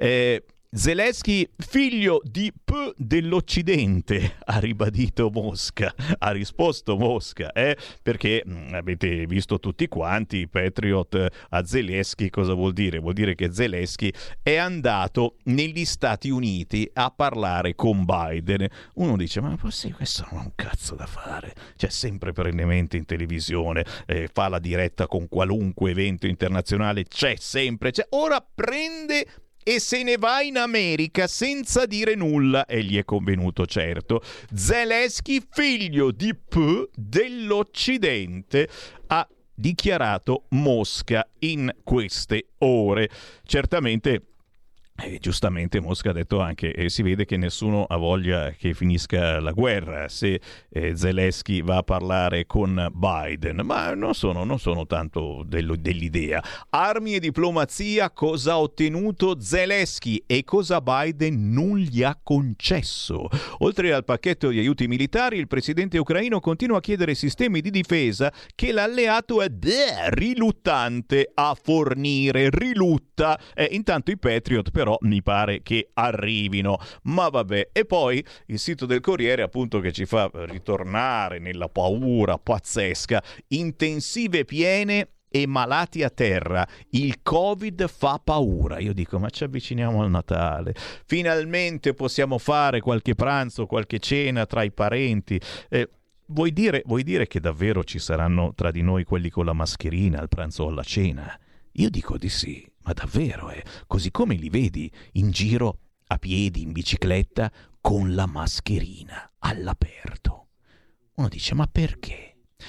Zelensky, figlio di P dell'Occidente, ha ribadito Mosca, ha risposto Mosca, perché avete visto tutti quanti, Patriot a Zelensky cosa vuol dire? Vuol dire che Zelensky è andato negli Stati Uniti a parlare con Biden. Uno dice, ma sì, questo non ha un cazzo da fare, cioè sempre perennemente in televisione, fa la diretta con qualunque evento internazionale, c'è sempre, ora prende e se ne va in America senza dire nulla, e gli è convenuto, certo. Zelensky, figlio di P dell'Occidente, ha dichiarato Mosca in queste ore. Certamente, giustamente Mosca ha detto anche, si vede che nessuno ha voglia che finisca la guerra se Zelensky va a parlare con Biden, ma non sono tanto dell'idea. Armi e diplomazia, cosa ha ottenuto Zelensky e cosa Biden non gli ha concesso. Oltre al pacchetto di aiuti militari, il presidente ucraino continua a chiedere sistemi di difesa che l'alleato è riluttante a fornire, rilutta. Intanto i Patriot però mi pare che arrivino, ma vabbè. E poi il sito del Corriere, appunto, che ci fa ritornare nella paura pazzesca: intensive piene e malati a terra, il Covid fa paura. Io dico, ma ci avviciniamo al Natale, finalmente possiamo fare qualche pranzo, qualche cena tra i parenti. Vuoi dire che davvero ci saranno tra di noi quelli con la mascherina al pranzo o alla cena? Io dico di sì, ma davvero, così come li vedi in giro, a piedi, in bicicletta, con la mascherina all'aperto. Uno dice, ma perché?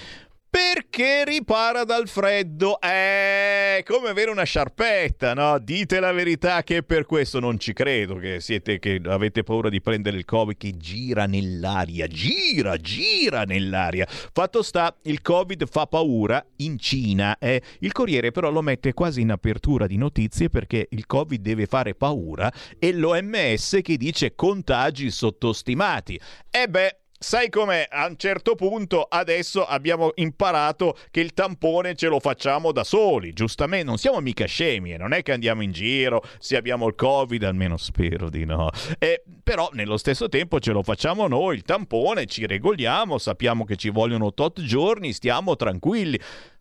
Perché ripara dal freddo, come avere una sciarpetta, no? Dite la verità che per questo non ci credo che avete paura di prendere il Covid che gira nell'aria, gira nell'aria. Fatto sta, il Covid fa paura in Cina, il Corriere però lo mette quasi in apertura di notizie perché il Covid deve fare paura e l'OMS che dice contagi sottostimati. Sai com'è? A un certo punto adesso abbiamo imparato che il tampone ce lo facciamo da soli, giustamente, non siamo mica scemi, non è che andiamo in giro se abbiamo il Covid, almeno spero di no. Però nello stesso tempo ce lo facciamo noi, il tampone, ci regoliamo, sappiamo che ci vogliono tot giorni, stiamo tranquilli.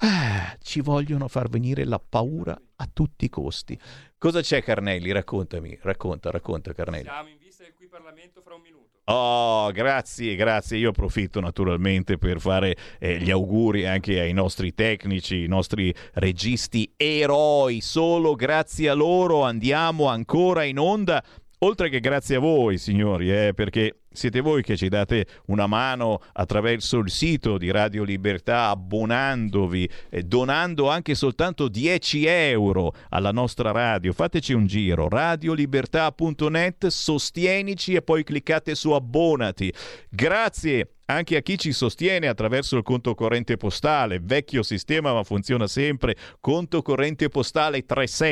Ci vogliono far venire la paura a tutti i costi. Cosa c'è, Carnelli? Racconta Carnelli. Siamo in vista del qui Parlamento fra un minuto. Oh, grazie. Io approfitto naturalmente per fare gli auguri anche ai nostri tecnici, i nostri registi eroi. Solo grazie a loro andiamo ancora in onda. Oltre che grazie a voi, signori, perché siete voi che ci date una mano attraverso il sito di Radio Libertà, abbonandovi, donando anche soltanto 10 euro alla nostra radio. Fateci un giro, radiolibertà.net, sostienici e poi cliccate su abbonati. Grazie anche a chi ci sostiene attraverso il conto corrente postale, vecchio sistema ma funziona sempre, conto corrente postale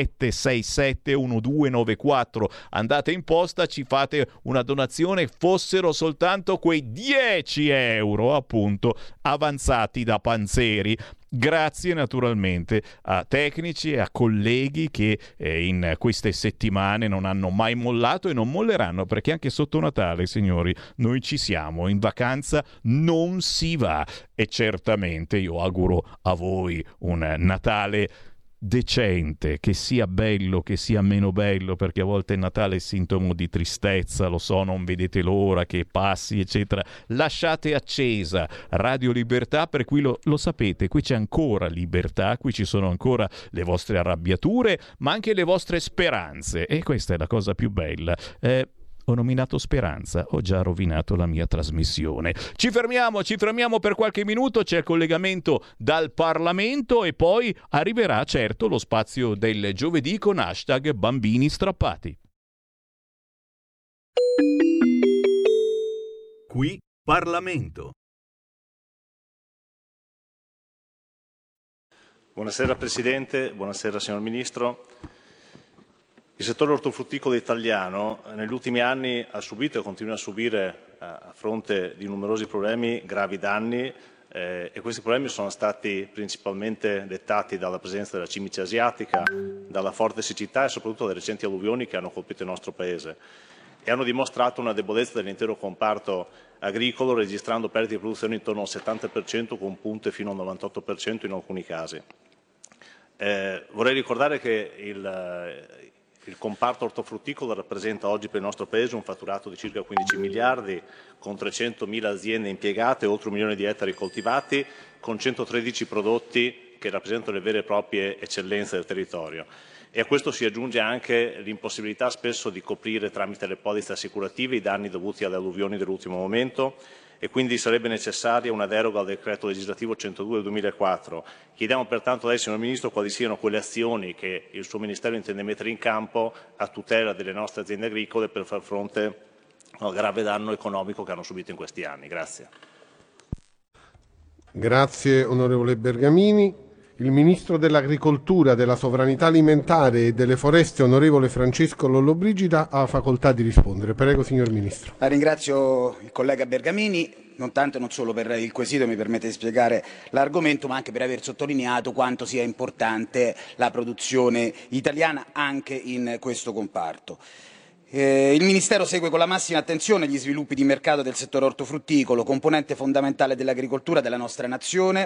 37671294. Andate in posta, ci fate una donazione, fossero soltanto quei 10 euro appunto avanzati da Panzeri. Grazie naturalmente a tecnici e a colleghi che in queste settimane non hanno mai mollato e non molleranno, perché anche sotto Natale, signori, noi ci siamo, in vacanza non si va. E certamente io auguro a voi un Natale decente, che sia bello, che sia meno bello, perché a volte il Natale è sintomo di tristezza, lo so, non vedete l'ora che passi, eccetera. Lasciate accesa Radio Libertà, per cui lo sapete, qui c'è ancora libertà, qui ci sono ancora le vostre arrabbiature, ma anche le vostre speranze, e questa è la cosa più bella. ho nominato Speranza, ho già rovinato la mia trasmissione. Ci fermiamo per qualche minuto, c'è il collegamento dal Parlamento e poi arriverà certo lo spazio del giovedì con hashtag bambini strappati. Qui Parlamento. Buonasera Presidente, buonasera signor Ministro. Il settore ortofrutticolo italiano negli ultimi anni ha subito e continua a subire, a fronte di numerosi problemi, gravi danni e questi problemi sono stati principalmente dettati dalla presenza della cimice asiatica, dalla forte siccità e soprattutto dalle recenti alluvioni che hanno colpito il nostro Paese e hanno dimostrato una debolezza dell'intero comparto agricolo, registrando perdite di produzione intorno al 70% con punte fino al 98% in alcuni casi. Vorrei ricordare che il comparto ortofrutticolo rappresenta oggi per il nostro Paese un fatturato di circa 15 miliardi, con 300.000 aziende impiegate, oltre 1 milione di ettari coltivati, con 113 prodotti che rappresentano le vere e proprie eccellenze del territorio. E a questo si aggiunge anche l'impossibilità spesso di coprire tramite le polizze assicurative i danni dovuti alle alluvioni dell'ultimo momento e quindi sarebbe necessaria una deroga al decreto legislativo 102 del 2004. Chiediamo pertanto a lei, signor Ministro, quali siano quelle azioni che il suo Ministero intende mettere in campo a tutela delle nostre aziende agricole per far fronte al grave danno economico che hanno subito in questi anni. Grazie. Grazie onorevole Bergamini. Il Ministro dell'Agricoltura, della Sovranità Alimentare e delle Foreste, onorevole Francesco Lollobrigida, ha facoltà di rispondere. Prego, signor Ministro. Ringrazio il collega Bergamini, non tanto e non solo per il quesito, mi permette di spiegare l'argomento, ma anche per aver sottolineato quanto sia importante la produzione italiana anche in questo comparto. Il Ministero segue con la massima attenzione gli sviluppi di mercato del settore ortofrutticolo, componente fondamentale dell'agricoltura della nostra nazione,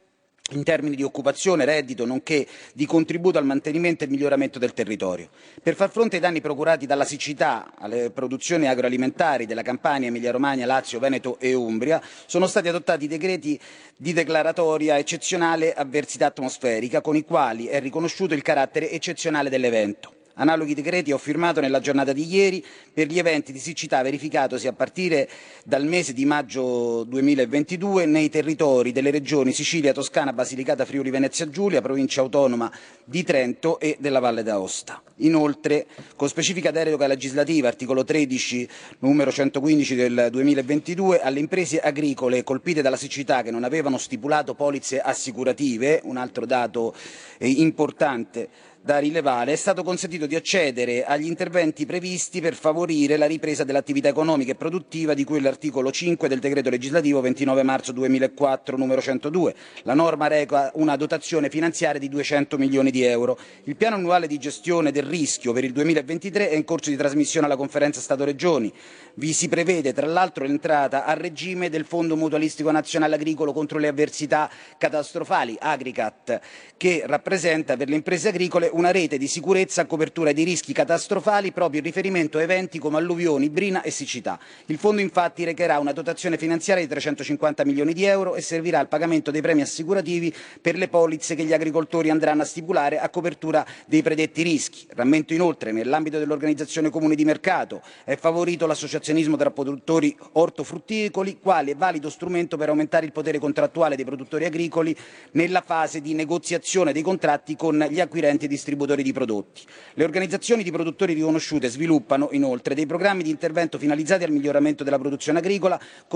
in termini di occupazione, reddito, nonché di contributo al mantenimento e miglioramento del territorio. Per far fronte ai danni procurati dalla siccità alle produzioni agroalimentari della Campania, Emilia-Romagna, Lazio, Veneto e Umbria, sono stati adottati decreti di declaratoria eccezionale avversità atmosferica, con i quali è riconosciuto il carattere eccezionale dell'evento. Analoghi decreti ho firmato nella giornata di ieri per gli eventi di siccità verificatosi a partire dal mese di maggio 2022 nei territori delle regioni Sicilia, Toscana, Basilicata, Friuli, Venezia Giulia, provincia autonoma di Trento e della Valle d'Aosta. Inoltre, con specifica deroga legislativa, articolo 13, numero 115 del 2022, alle imprese agricole colpite dalla siccità che non avevano stipulato polizze assicurative, un altro dato importante da rilevare, è stato consentito di accedere agli interventi previsti per favorire la ripresa dell'attività economica e produttiva di cui l'articolo 5 del decreto legislativo 29 marzo 2004 numero 102. La norma reca una dotazione finanziaria di 200 milioni di euro. Il piano annuale di gestione del rischio per il 2023 è in corso di trasmissione alla Conferenza Stato-Regioni. Vi si prevede tra l'altro l'entrata a regime del Fondo Mutualistico Nazionale Agricolo contro le avversità catastrofali, Agricat, che rappresenta per le imprese agricole una rete di sicurezza a copertura dei rischi catastrofali proprio in riferimento a eventi come alluvioni, brina e siccità. Il fondo infatti recherà una dotazione finanziaria di 350 milioni di euro e servirà al pagamento dei premi assicurativi per le polizze che gli agricoltori andranno a stipulare a copertura dei predetti rischi. Rammento inoltre, nell'ambito dell'organizzazione comune di mercato, è favorito l'associazionismo tra produttori ortofrutticoli, quale valido strumento per aumentare il potere contrattuale dei produttori agricoli nella fase di negoziazione dei contratti con gli acquirenti e distributori di prodotti. Le organizzazioni di produttori riconosciute sviluppano inoltre dei programmi di intervento finalizzati al miglioramento della produzione agricola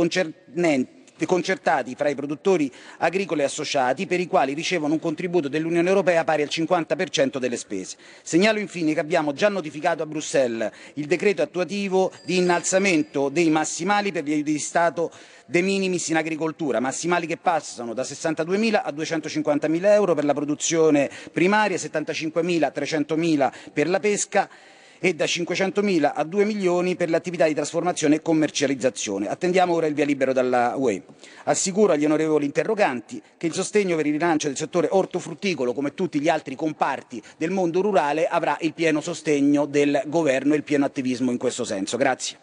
concertati fra i produttori agricoli associati, per i quali ricevono un contributo dell'Unione Europea pari al 50% delle spese. Segnalo infine che abbiamo già notificato a Bruxelles il decreto attuativo di innalzamento dei massimali per gli aiuti di Stato de minimis in agricoltura, massimali che passano da 62.000 a 250.000 euro per la produzione primaria, 75.000 a 300.000 per la pesca e da 500.000 a 2 milioni per le attività di trasformazione e commercializzazione. Attendiamo ora il via libero dalla UE. Assicuro agli onorevoli interroganti che il sostegno per il rilancio del settore ortofrutticolo, come tutti gli altri comparti del mondo rurale, avrà il pieno sostegno del Governo e il pieno attivismo in questo senso. Grazie.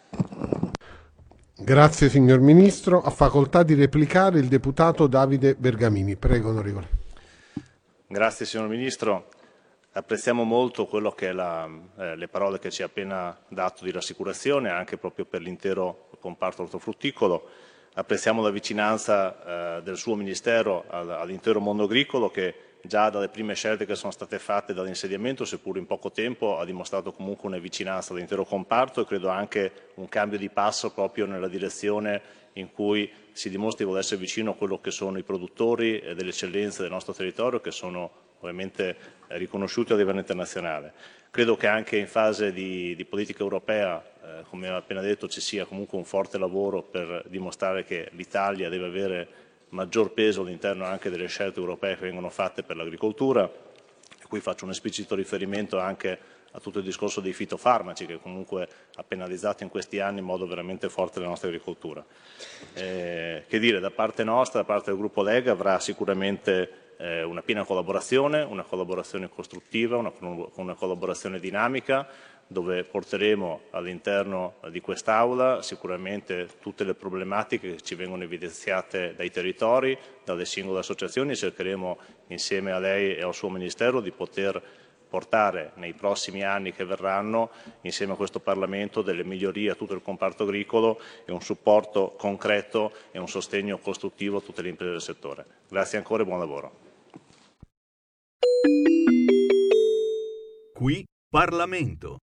Grazie signor Ministro. Ha facoltà di replicare il deputato Davide Bergamini. Prego onorevole. Grazie signor Ministro. Apprezziamo molto quello che è le parole che ci ha appena dato di rassicurazione, anche proprio per l'intero comparto ortofrutticolo. Apprezziamo la vicinanza del suo Ministero all'intero mondo agricolo, che già dalle prime scelte che sono state fatte dall'insediamento, seppur in poco tempo, ha dimostrato comunque una vicinanza all'intero comparto e credo anche un cambio di passo proprio nella direzione in cui si dimostra di voler essere vicino a quello che sono i produttori delle eccellenze del nostro territorio, che sono ovviamente riconosciuti a livello internazionale. Credo che anche in fase di politica europea, come ho appena detto, ci sia comunque un forte lavoro per dimostrare che l'Italia deve avere maggior peso all'interno anche delle scelte europee che vengono fatte per l'agricoltura. E qui faccio un esplicito riferimento anche a tutto il discorso dei fitofarmaci, che comunque ha penalizzato in questi anni in modo veramente forte la nostra agricoltura. Che dire, da parte nostra, da parte del gruppo Lega, avrà sicuramente una piena collaborazione, una collaborazione costruttiva, una collaborazione dinamica, dove porteremo all'interno di quest'Aula sicuramente tutte le problematiche che ci vengono evidenziate dai territori, dalle singole associazioni, e cercheremo insieme a lei e al suo Ministero di poter portare nei prossimi anni che verranno, insieme a questo Parlamento, delle migliorie a tutto il comparto agricolo e un supporto concreto e un sostegno costruttivo a tutte le imprese del settore. Grazie ancora e buon lavoro. Qui Parlamento.